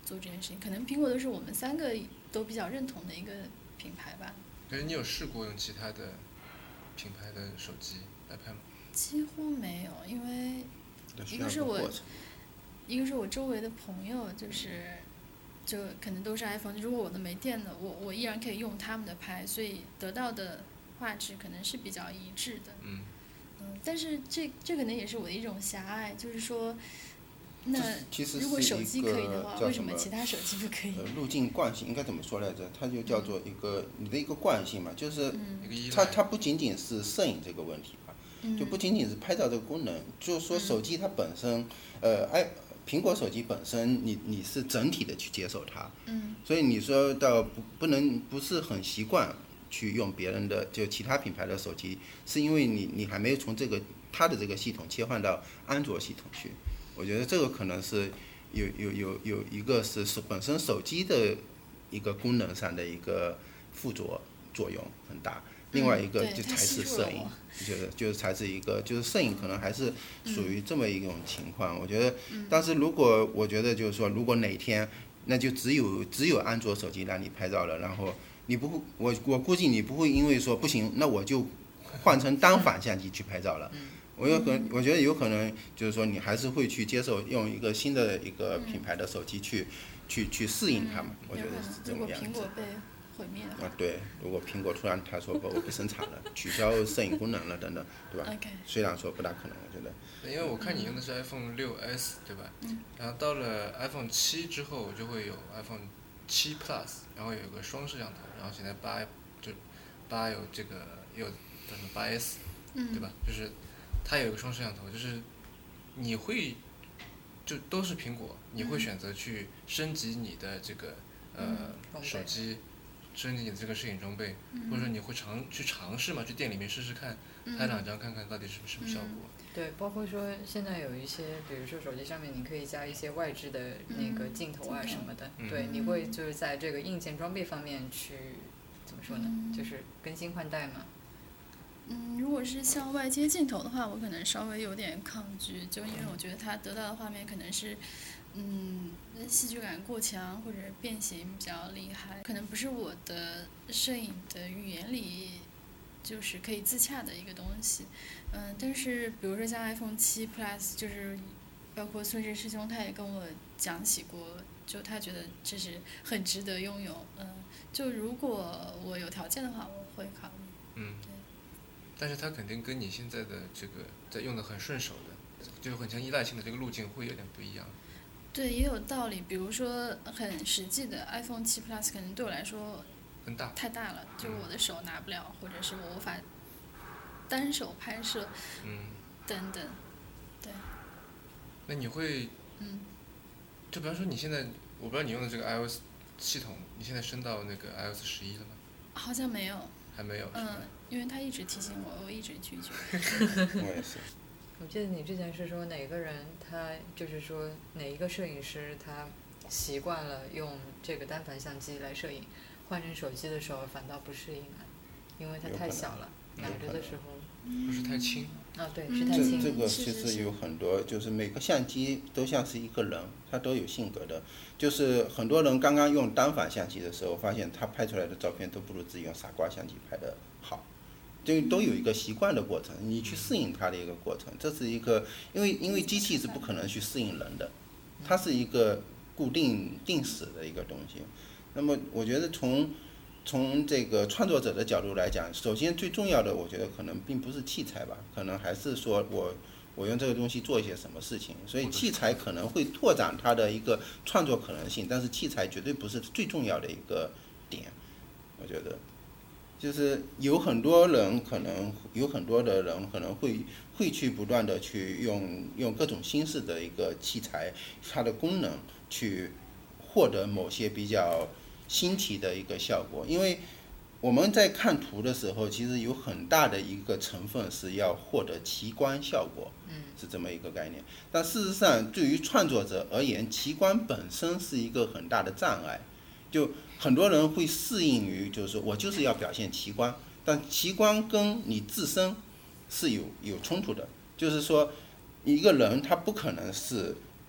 做这件事情。可能苹果都是我们三个都比较认同的一个品牌吧。 可是你有试过用其他的品牌的手机来拍吗？ 几乎没有，因为一个是我，一个是我周围的朋友，就是就可能都是 iPhone， 如果我的没电了，我我依然可以用他们的拍，所以得到的画质可能是比较一致的。 嗯。 嗯，但是这这可能也是我的一种狭隘，就是说，那其实如果手机可以的话，为什么其他手机不可以？ 呃，路径惯性应该怎么说来着？它就叫做一个、嗯、你的一个惯性嘛，就是它它不仅仅是摄影这个问题吧， 嗯、 就不仅仅是拍照这个功能，就是说手机它本身，呃，哎。苹果手机本身你，你你是整体的去接受它， 嗯， 所以你说到不不能不是很习惯去用别人的就其他品牌的手机，是因为你你还没有从这个它的这个系统切换到安卓系统去。我觉得这个可能是有有有有一个是手本身手机的一个功能上的一个附着作用很大。另外一个就才是摄影，我觉得就是才是一个就是摄影可能还是属于这么一种情况。我觉得，但是如果我觉得就是说，如果哪天那就只有只有安卓手机让你拍照了，然后你不会，我我估计你不会因为说不行，那我就换成单反相机去拍照了。我有可能，我觉得有可能就是说你还是会去接受用一个新的一个品牌的手机去去去适应它嘛。我觉得是这么样子。 毁灭的啊，对，如果苹果突然他说不我不生产了，取消摄影功能了等等，对吧？ okay. 虽然说不大可能，我觉得。 因为我看你用的是 iPhone 六 S 对吧？ 嗯。 然后到了 iPhone 七之后就会有 iPhone 七 Plus， 然后有个双摄像头，然后现在八就八有这个也有叫什么八 S， 对吧？就是它有一个双摄像头，就是你会就都是苹果，你会选择去升级你的这个、 嗯、 呃手机。升级你的这个摄影装备，或者说你会尝去尝试嘛？去店里面试试看，拍两张看看到底是什么效果。 嗯、对，包括说现在有一些，比如说手机上面你可以加一些外置的那个镜头啊什么的， 嗯、 对，你会就是在这个硬件装备方面去怎么说呢？ 嗯、 就是更新换代嘛。 嗯，如果是像外接镜头的话，我可能稍微有点抗拒，就因为我觉得它得到的画面可能是。嗯，戏剧感过强或者变形比较厉害，可能不是我的摄影的语言里就是可以自洽的一个东西。嗯，但是比如说像 iPhone 七 Plus， 就是包括孙石师兄他也跟我讲起过，就他觉得这是很值得拥有。嗯，就如果我有条件的话，我会考虑。 嗯。对。但是它肯定跟你现在的这个在用的很顺手的，就是很强依赖性的这个路径会有点不一样。 对，也有道理。比如说很实际的 iPhone 七 Plus 可能对我来说很大， 太大了，就我的手拿不了，或者是我无法单手拍摄， 嗯， 等等，对。 那你会， 嗯， 就比方说你现在，我不知道你用的这个 iOS 系统，你现在升到那个 iOS 十一了吗？ 好像没有。 还没有。 嗯，因为他一直提醒我，我一直拒绝。 我也是。 我记得你之前是说哪个人他就是说哪一个摄影师他习惯了用这个单反相机来摄影，换成手机的时候反倒不适应了，因为它太小了，拿着的时候不是太轻。 啊，对，是太轻。 这这个其实有很多，就是每个相机都像是一个人，他都有性格的。就是很多人刚刚用单反相机的时候，发现他拍出来的照片都不如自己用傻瓜相机拍的好。就都有一个习惯的过程，你去适应它的一个过程，这是一个，因为因为机器是不可能去适应人的，它是一个固定定死的一个东西。那么我觉得从从这个创作者的角度来讲，首先最重要的，我觉得可能并不是器材吧，可能还是说我我用这个东西做一些什么事情。所以器材可能会拓展它的一个创作可能性，但是器材绝对不是最重要的一个点，我觉得。就是有很多人可能有很多的人可能会会去不断的去用用各种新式的一个器材，它的功能去获得某些比较新奇的一个效果。因为我们在看图的时候，其实有很大的一个成分是要获得奇观效果，是这么一个概念。但事实上，对于创作者而言，奇观本身是一个很大的障碍。就很多人会适应于，就是说我就是要表现奇观，但奇观跟你自身是有有冲突的。就是说，一个人他不可能是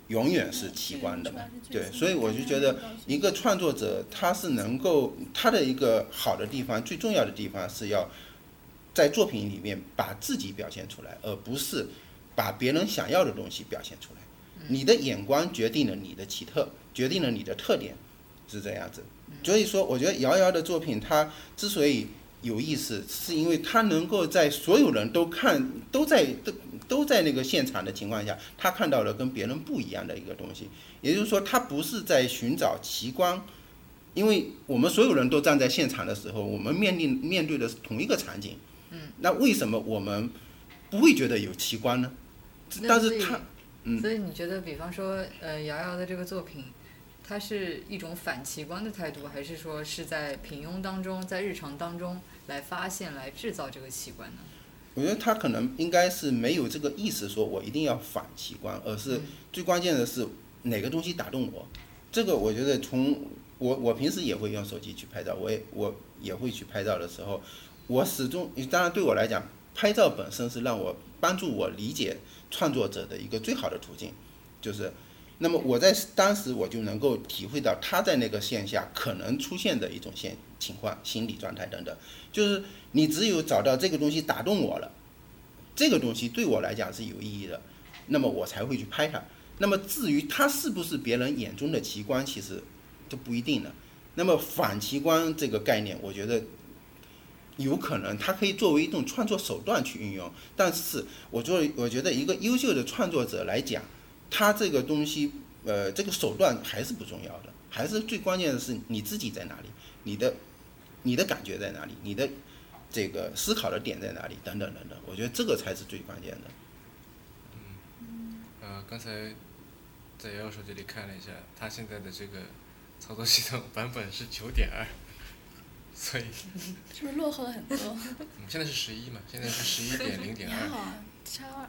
永远是奇观的嘛。对，所以我就觉得一个创作者他是能够他的一个好的地方，最重要的地方是要在作品里面把自己表现出来，而不是把别人想要的东西表现出来。你的眼光决定了你的奇特，决定了你的特点，是这样子。所以说我觉得瑶瑶的作品它之所以有意思，是因为他能够在所有人都看都在都都在那个现场的情况下，他看到了跟别人不一样的一个东西。也就是说，他不是在寻找奇观，因为我们所有人都站在现场的时候，我们面临面对的是同一个场景。嗯，那为什么我们不会觉得有奇观呢？但是他，嗯， 所以你觉得，比方说，呃，瑶瑶的这个作品，它是一种反奇观的态度，还是说是在平庸当中，在日常当中来发现、来制造这个奇观呢？ 我觉得他可能应该是没有这个意识，说我一定要反奇观，而是最关键的是哪个东西打动我。这个我觉得从我我平时也会用手机去拍照，我也我也会去拍照的时候，我始终当然对我来讲，拍照本身是让我帮助我理解创作者的一个最好的途径，就是。那么我在当时我就能够体会到他在那个线下可能出现的一种现情况、心理状态等等，就是你只有找到这个东西打动我了，这个东西对我来讲是有意义的，那么我才会去拍它。那么至于它是不是别人眼中的奇观，其实就不一定了。那么反奇观这个概念，我觉得有可能它可以作为一种创作手段去运用，但是我作为我觉得一个优秀的创作者来讲，他这个东西，呃，这个手段还是不重要的，还是最关键的是你自己在哪里，你的，你的感觉在哪里，你的这个思考的点在哪里，等等等等，我觉得这个才是最关键的。 嗯，呃，刚才在瑶瑶手机里看了一下，他现在的这个操作系统版本是九点二，所以是不是落后了很多？ 嗯，现在是十一嘛，现在是十一点零点二。 还好啊，差二。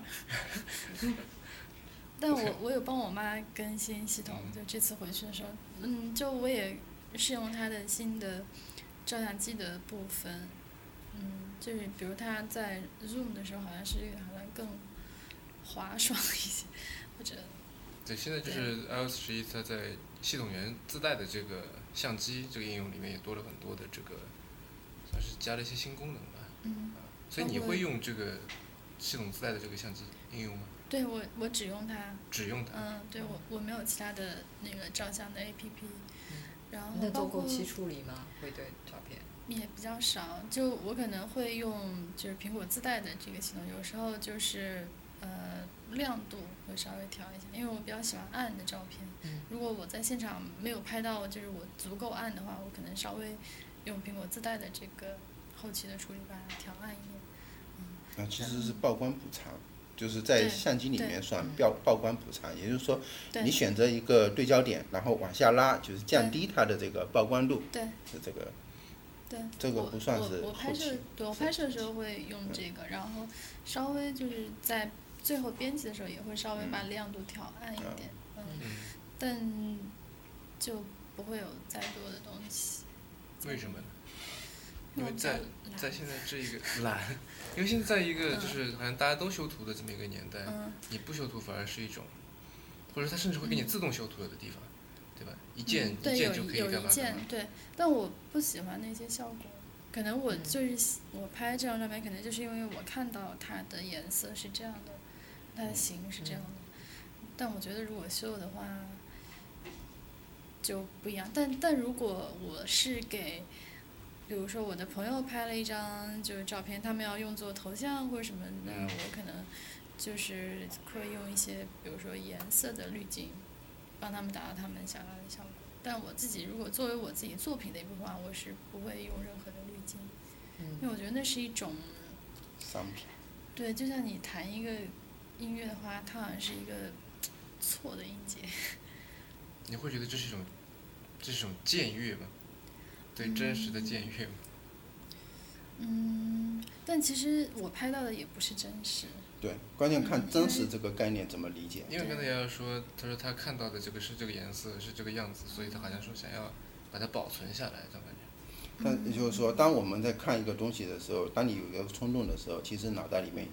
但我我有帮我妈更新系统，就这次回去的时候，嗯，就我也试用它的新的照相机的部分，嗯，就是比如它在 zoom 的时候，好像是好像更滑爽一些，或者。 对，现在就是 i O S 十一，它在系统源自带的这个相机这个应用里面也多了很多的这个，算是加了一些新功能吧。 嗯。 啊，所以你会用这个系统自带的这个相机应用吗？ 对，我我只用它。 只用它。 嗯，对，我我没有其他的那个照相的 A P P。 嗯。 然后那做后期处理吗？会对照片？ 也比较少，就我可能会用就是苹果自带的这个系统，有时候就是呃亮度会稍微调一下，因为我比较喜欢暗的照片。 嗯。 如果我在现场没有拍到就是我足够暗的话，我可能稍微用苹果自带的这个后期的处理把它调暗一点。嗯。 啊，其实是曝光补偿。就是在相机里面算曝曝光补偿，也就是说，你选择一个对焦点，然后往下拉，就是降低它的这个曝光度。 对。 是这个。 对。 这个不算是后期。 我我拍摄，对我拍摄的时候会用这个，然后稍微就是在最后编辑的时候也会稍微把亮度调暗一点，嗯，但就不会有再多的东西。 为什么呢？因为在在现在这一个懒，因为现在在一个就是好像大家都修图的这么一个年代， 嗯、 你不修图反而是一种，或者它甚至会给你自动修图有的地方， 嗯、 对吧？一键、 嗯、 一键就可以干嘛干嘛。 有一键对，但我不喜欢那些效果。可能我就是、嗯、我拍这张照片，可能就是因为我看到它的颜色是这样的，它的形是这样的，嗯、但我觉得如果修的话就不一样。但但如果我是给比如说我的朋友拍了一张就是照片，他们要用作头像或者什么的，我可能就是会用一些比如说颜色的滤镜，帮他们达到他们想要的效果。但我自己如果作为我自己作品的一部分，我是不会用任何的滤镜，因为我觉得那是一种商品。 对，就像你弹一个音乐的话，它好像是一个错的音节。 你会觉得这是一种，这是一种僭越吗？对真实的僭越吗？ 嗯，但其实我拍到的也不是真实。 对，关键看真实这个概念怎么理解。 因为刚才瑶瑶说，她说她看到的这个是这个颜色，是这个样子，所以她好像说想要把它保存下来，这种感觉。 但也就是说，当我们在看一个东西的时候，当你有一个冲动的时候，其实脑袋里面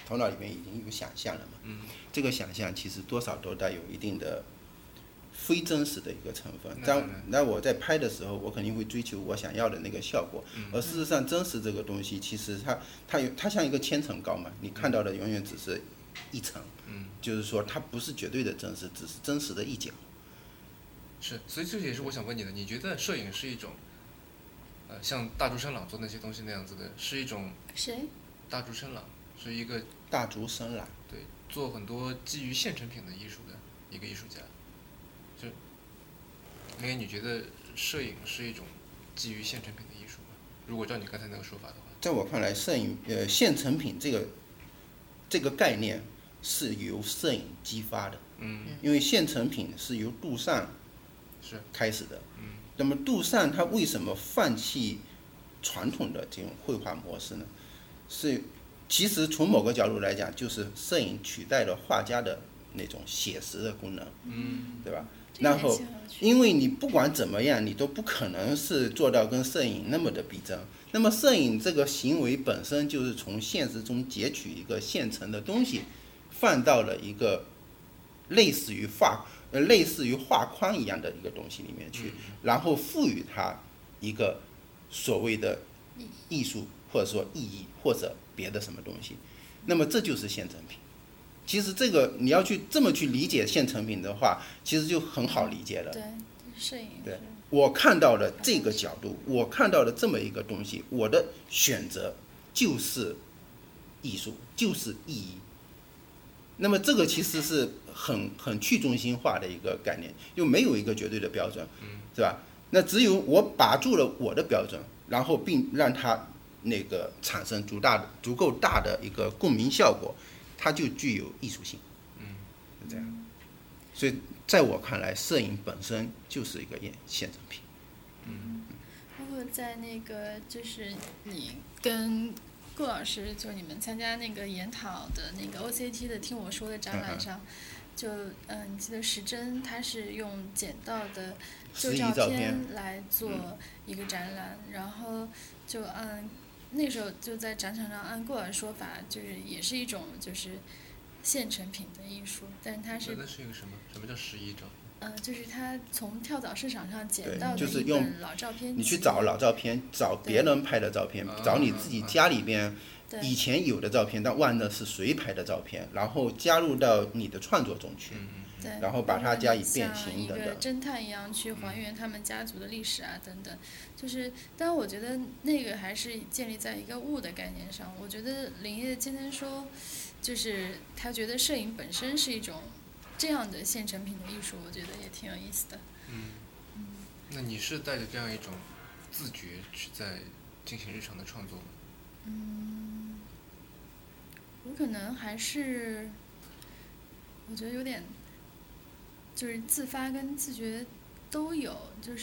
头脑里面已经有想象了嘛， 嗯， 这个想象其实多少都带有一定的非真实的一个成分。 那当那我在拍的时候，我肯定会追求我想要的那个效果， 嗯、 而事实上真实这个东西其实它它有它像一个千层糕嘛，你看到的永远只是一层， 嗯， 就是说它不是绝对的真实，只是真实的一角。 是，所以这也是我想问你的，你觉得摄影是一种，呃，像大竹伸朗做那些东西那样子的，是一种谁？ 大竹伸朗是一个大竹伸朗， 对，做很多基于现成品的艺术的一个艺术家。就，因为你觉得摄影是一种基于现成品的艺术吗？如果照你刚才那个说法的话， 在我看来，摄影呃现成品这个这个概念是由摄影激发的， 嗯， 因为现成品是由杜尚是开始的， 嗯， 那么杜尚他为什么放弃传统的这种绘画模式呢？是其实从某个角度来讲，就是摄影取代了画家的那种写实的功能， 嗯， 对吧？然后，因为你不管怎么样，你都不可能是做到跟摄影那么的逼真。那么，摄影这个行为本身就是从现实中截取一个现成的东西，放到了一个类似于画呃类似于画框一样的一个东西里面去，然后赋予它一个所谓的艺术或者说意义或者别的什么东西。那么这就是现成品。其实这个你要去这么去理解现成品的话，其实就很好理解了。 对，摄影。 对，我看到了这个角度，我看到了这么一个东西，我的选择就是艺术，就是意义。那么这个其实是很很去中心化的一个概念，又没有一个绝对的标准，是吧？那只有我把住了我的标准，然后并让它那个产生足大的足够大的一个共鸣效果。它就具有艺术性， 嗯， 是这样。所以在我看来，摄影本身就是一个现成品。 嗯， 包括在那个就是你跟顾老师，就你们参加那个研讨的那个 O C T 的听我说的展览上，就嗯，你记得时珍他是用捡到的旧照片来做一个展览，然后就按。那时候就在展场上按顾老师说法，就是也是一种就是现成品的艺术，但是它是那是一个什么？什么叫十一照片？ 呃，就是他从跳蚤市场上捡到的一本老照片集。 你去找老照片，找别人拍的照片，找你自己家里边以前有的照片，但忘了是谁拍的照片，然后加入到你的创作中去。 嗯对， 然后把它加以变形等等，像一个侦探一样去还原他们家族的历史啊等等，就是，但我觉得那个还是建立在一个物的概念上。我觉得林业今天说，就是他觉得摄影本身是一种这样的现成品的艺术，我觉得也挺有意思的。 嗯，嗯，那你是带着这样一种自觉去在进行日常的创作吗？ 嗯，我可能还是，我觉得有点。就是自发跟自觉都有，就是，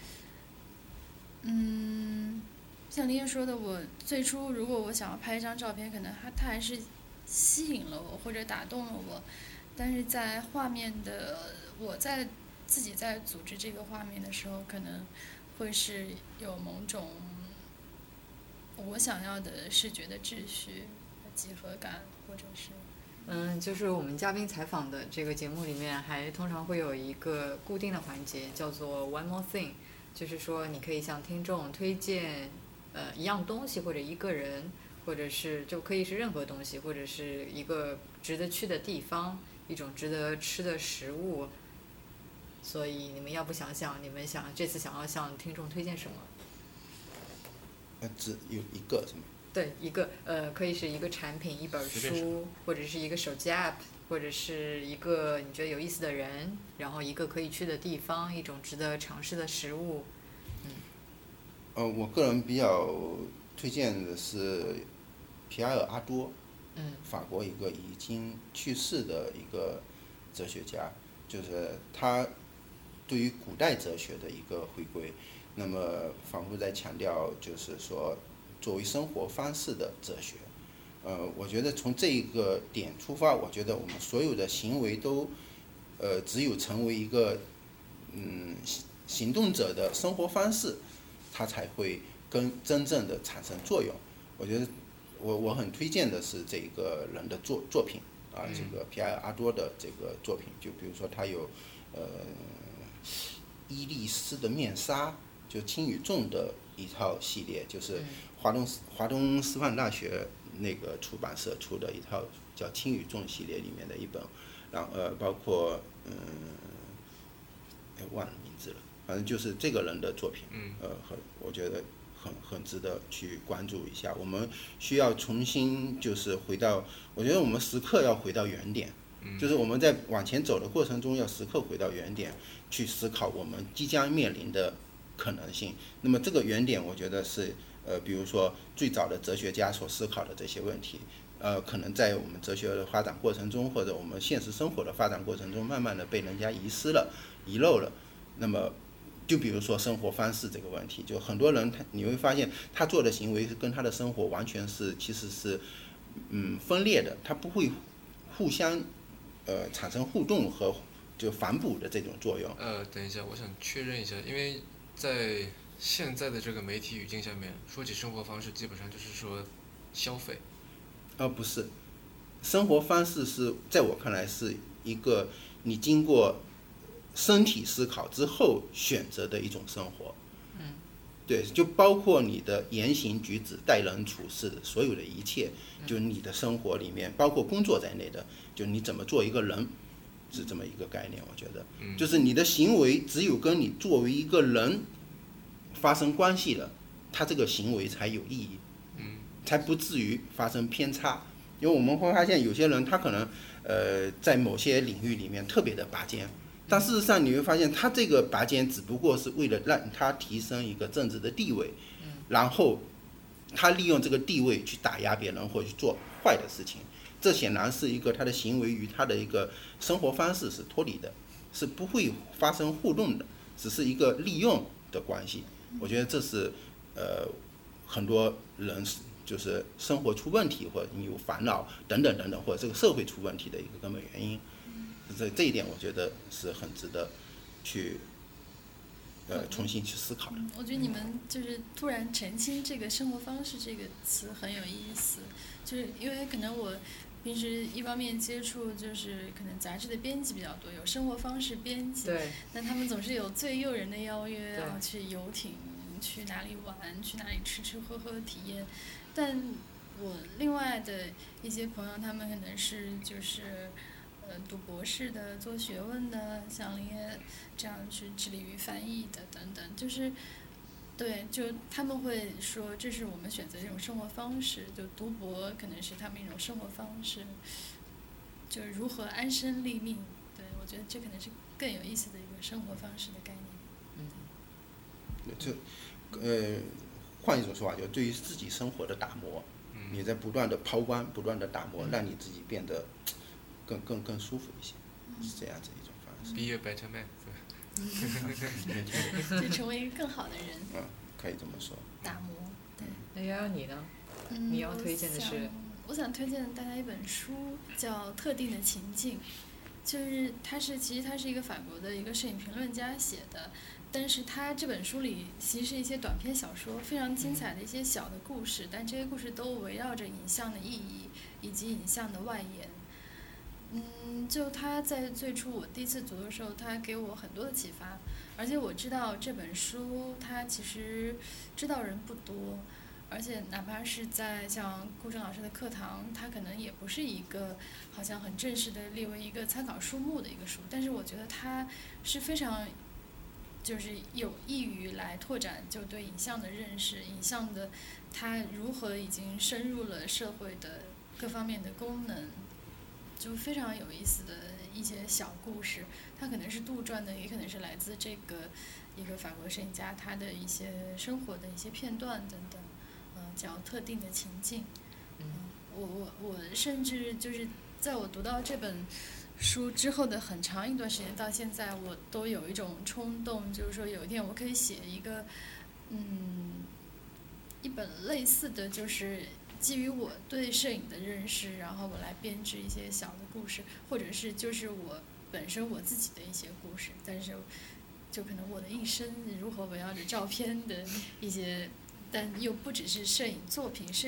嗯，像林业说的，我最初如果我想要拍一张照片，可能它它还是吸引了我或者打动了我，但是在画面的我在自己在组织这个画面的时候，可能会是有某种我想要的视觉的秩序、几何感，或者是。 嗯，就是我们嘉宾采访的这个节目里面，还通常会有一个固定的环节，叫做 One More Thing， 就是说你可以向听众推荐呃一样东西或者一个人，或者是就可以是任何东西，或者是一个值得去的地方，一种值得吃的食物。所以你们要不想想，你们想这次想要向听众推荐什么？ 呃，只有一个是吗？ 对，一个呃，可以是一个产品、一本书，或者是一个手机 app， 或者是一个你觉得有意思的人，然后一个可以去的地方，一种值得尝试的食物。嗯。 呃，我个人比较推荐的是皮埃尔·阿多， 嗯， 法国一个已经去世的一个哲学家，就是他对于古代哲学的一个回归，那么反复在强调，就是说。作为生活方式的哲学，呃，我觉得从这个点出发，我觉得我们所有的行为都，呃，只有成为一个，嗯，行动者的生活方式，它才会跟真正的产生作用。我觉得我我很推荐的是这个人的作作品啊，这个皮埃尔阿多的这个作品，就比如说他有呃伊丽丝的面纱，就轻与重的一套系列，就是华东华东师范大学那个出版社出的一套叫轻与重系列里面的一本，然后呃包括嗯，哎忘了名字了，反正就是这个人的作品，呃很我觉得很很值得去关注一下。我们需要重新就是回到，我觉得我们时刻要回到原点，就是我们在往前走的过程中要时刻回到原点去思考我们即将面临的可能性。那么这个原点我觉得是呃比如说最早的哲学家所思考的这些问题，呃可能在我们哲学的发展过程中或者我们现实生活的发展过程中慢慢的被人家遗失了遗漏了。那么就比如说生活方式这个问题，就很多人他你会发现他做的行为跟他的生活完全是其实是嗯分裂的，他不会互相呃产生互动和就反哺的这种作用。 呃，等一下，我想确认一下，因为在现在的这个媒体语境下面，说起生活方式，基本上就是说消费。 呃，不是，生活方式是在我看来是一个你经过身体思考之后选择的一种生活。 嗯， 对，就包括你的言行举止、待人处事的所有的一切，就你的生活里面，包括工作在内的，就你怎么做一个人，是这么一个概念。我觉得，就是你的行为只有跟你作为一个人发生关系了，他这个行为才有意义，才不至于发生偏差。因为我们会发现有些人他可能呃在某些领域里面特别的拔尖。但事实上你会发现他这个拔尖只不过是为了让他提升一个政治的地位，然后他利用这个地位去打压别人或者去做坏的事情，这显然是一个他的行为与他的一个生活方式是脱离的，是不会发生互动的，只是一个利用的关系。我觉得这是呃很多人就是生活出问题或者你有烦恼等等等等，或者这个社会出问题的一个根本原因。这这一点我觉得是很值得去呃重新去思考的。 我觉得你们就是突然澄清这个生活方式这个词很有意思，就是因为可能我平时一方面接触就是可能杂志的编辑比较多，有生活方式编辑， 对， 那他们总是有最诱人的邀约，然后去游艇，去哪里玩，去哪里吃吃喝喝体验。但我另外的一些朋友，他们可能是就是呃读博士的、做学问的，像林业这样去致力于翻译的等等，就是对，就他们会说这是我们选择这种生活方式，就读博可能是他们一种生活方式，就是如何安身立命。对，我觉得这可能是更有意思的一个生活方式的概念。 嗯，就呃换一种说法，就对于自己生活的打磨，你在不断的抛光，不断的打磨，让你自己变得更更更舒服一些，是这样子一种方式。 Be a better man 就成为一个更好的人。 嗯，可以这么说。 打磨，对。 那瑶瑶你呢？ 嗯， 你要推荐的是？ 我想推荐大家一本书，叫《特定的情境》，就是它是其实它是一个法国的一个摄影评论家写的，但是他这本书里其实是一些短篇小说，非常精彩的一些小的故事，但这些故事都围绕着影像的意义以及影像的外延。嗯，就他在最初我第一次读的时候，他给我很多的启发，而且我知道这本书他其实知道人不多，而且哪怕是在像顾正老师的课堂，他可能也不是一个好像很正式的列为一个参考书目的一个书，但是我觉得它是非常就是有益于来拓展就对影像的认识，影像的它如何已经深入了社会的各方面的功能，就非常有意思的一些小故事，它可能是杜撰的，也可能是来自这个一个法国摄影家他的一些生活的一些片段等等，嗯、呃，叫特定的情境。嗯，我我我甚至就是在我读到这本书之后的很长一段时间到现在，我都有一种冲动，就是说有一天我可以写一个，嗯，一本类似的就是基于我对摄影的认识，然后我来编织一些小的故事，或者是就是我本身我自己的一些故事，但是就可能我的一生如何围绕着照片的一些，但又不只是摄影作品、摄影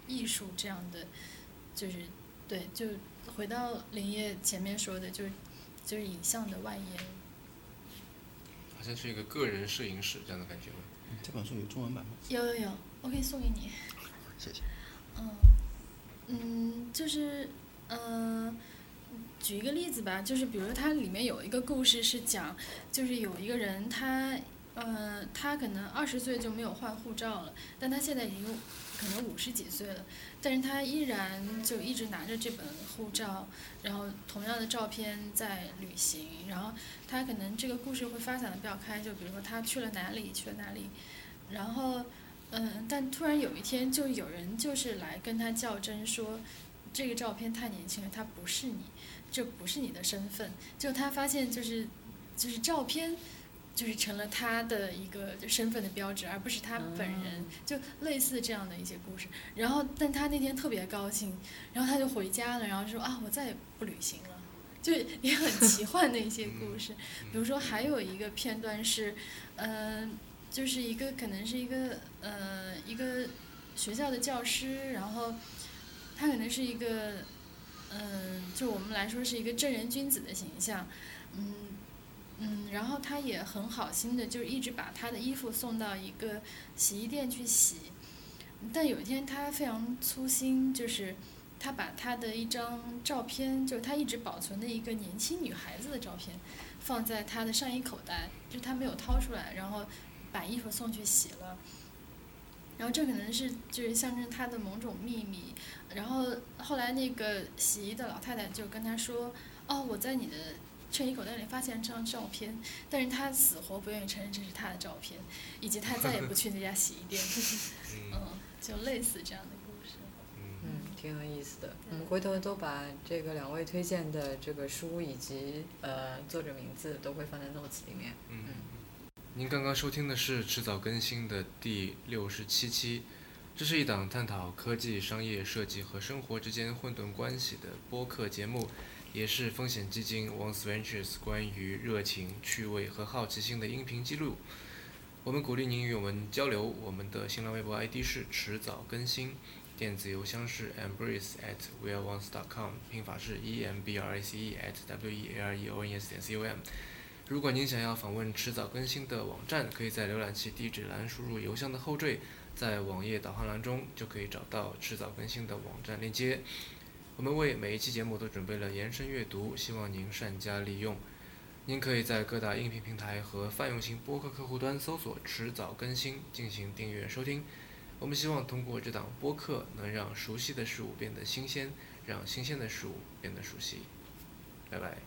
艺术这样的，就是对，就回到林业前面说的，就是就是影像的外延。 好像是一个个人摄影史这样的感觉吗？ 这本书有中文版吗？ 有有有，我可以送给你。 谢谢。 嗯嗯，就是嗯、呃，举一个例子吧，就是比如它里面有一个故事是讲，就是有一个人他呃他可能二十岁就没有换护照了，但他现在已经可能五十几岁了，但是他依然就一直拿着这本护照，然后同样的照片在旅行，然后他可能这个故事会发展的比较开，就比如说他去了哪里去了哪里，然后嗯，但突然有一天就有人就是来跟他较真说，这个照片太年轻了，它不是你，这不是你的身份，就他发现就是就是照片。就是成了他的一个身份的标志，而不是他本人，就类似这样的一些故事。然后，但他那天特别高兴，然后他就回家了，然后说啊，我再也不旅行了，就也很奇幻的一些故事。比如说，还有一个片段是，嗯、呃，就是一个可能是一个呃一个学校的教师，然后他可能是一个嗯、呃，就我们来说是一个正人君子的形象，嗯。嗯，然后他也很好心的，就一直把他的衣服送到一个洗衣店去洗。但有一天他非常粗心，就是他把他的一张照片，就是他一直保存的一个年轻女孩子的照片，放在他的上衣口袋，就他没有掏出来，然后把衣服送去洗了。然后这可能是就是象征他的某种秘密。然后后来那个洗衣的老太太就跟他说：“哦，我在你的衬衣口袋里发现这张照片，但是他死活不愿意承认这是他的照片，以及他再也不去那家洗衣店。嗯，就类似这样的故事。 嗯，挺有意思的。我们回头都把这个两位推荐的这个书以及呃作者名字都会放在 notes 里面。 嗯，您刚刚收听的是迟早更新的第六十七期，这是一档探讨科技、商业、设计和生活之间混沌关系的播客节目。也是风险基金 Once Ventures 关于热情、趣味和好奇心的音频记录。我们鼓励您与我们交流，我们的新浪微博 I D 是迟早更新，电子邮箱是 embrace at weareones dot com， 拼法是 e m b r a c e at w e a r e o n s 点 com。如果您想要访问迟早更新的网站，可以在浏览器地址栏输入邮箱的后缀，在网页导航栏中就可以找到迟早更新的网站链接。我们为每一期节目都准备了延伸阅读，希望您善加利用。您可以在各大音频平台和泛用型播客客户端搜索迟早更新进行订阅收听。我们希望通过这档播客能让熟悉的事物变得新鲜，让新鲜的事物变得熟悉。拜拜。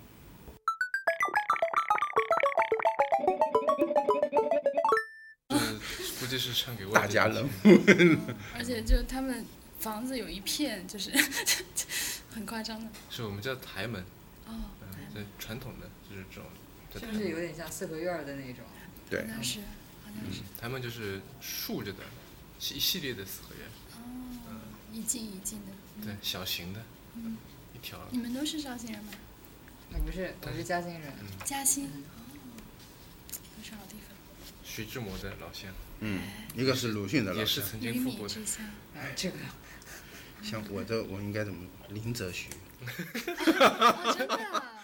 这估计是唱给大家冷。 而且就他们房子有一片就是很夸张的， 是我们叫台门。 哦， 嗯，这传统的就是这种， 就是有点像四合院的那种。 对， 好像是，好像是。 台门就是竖着的，一系列的四合院。 哦，嗯、一进一进的。 嗯、对，小型的， 嗯， 一条。 你们都是绍兴人吗？ 我不是，我是嘉兴人。 嗯、 嘉兴，哦，都是好地方。 徐志摩的老乡。 嗯，一个是鲁迅的老乡， 也是曾经赴过的。 哎，这个。 像我这，我应该怎么？林则徐。 啊，真的、啊。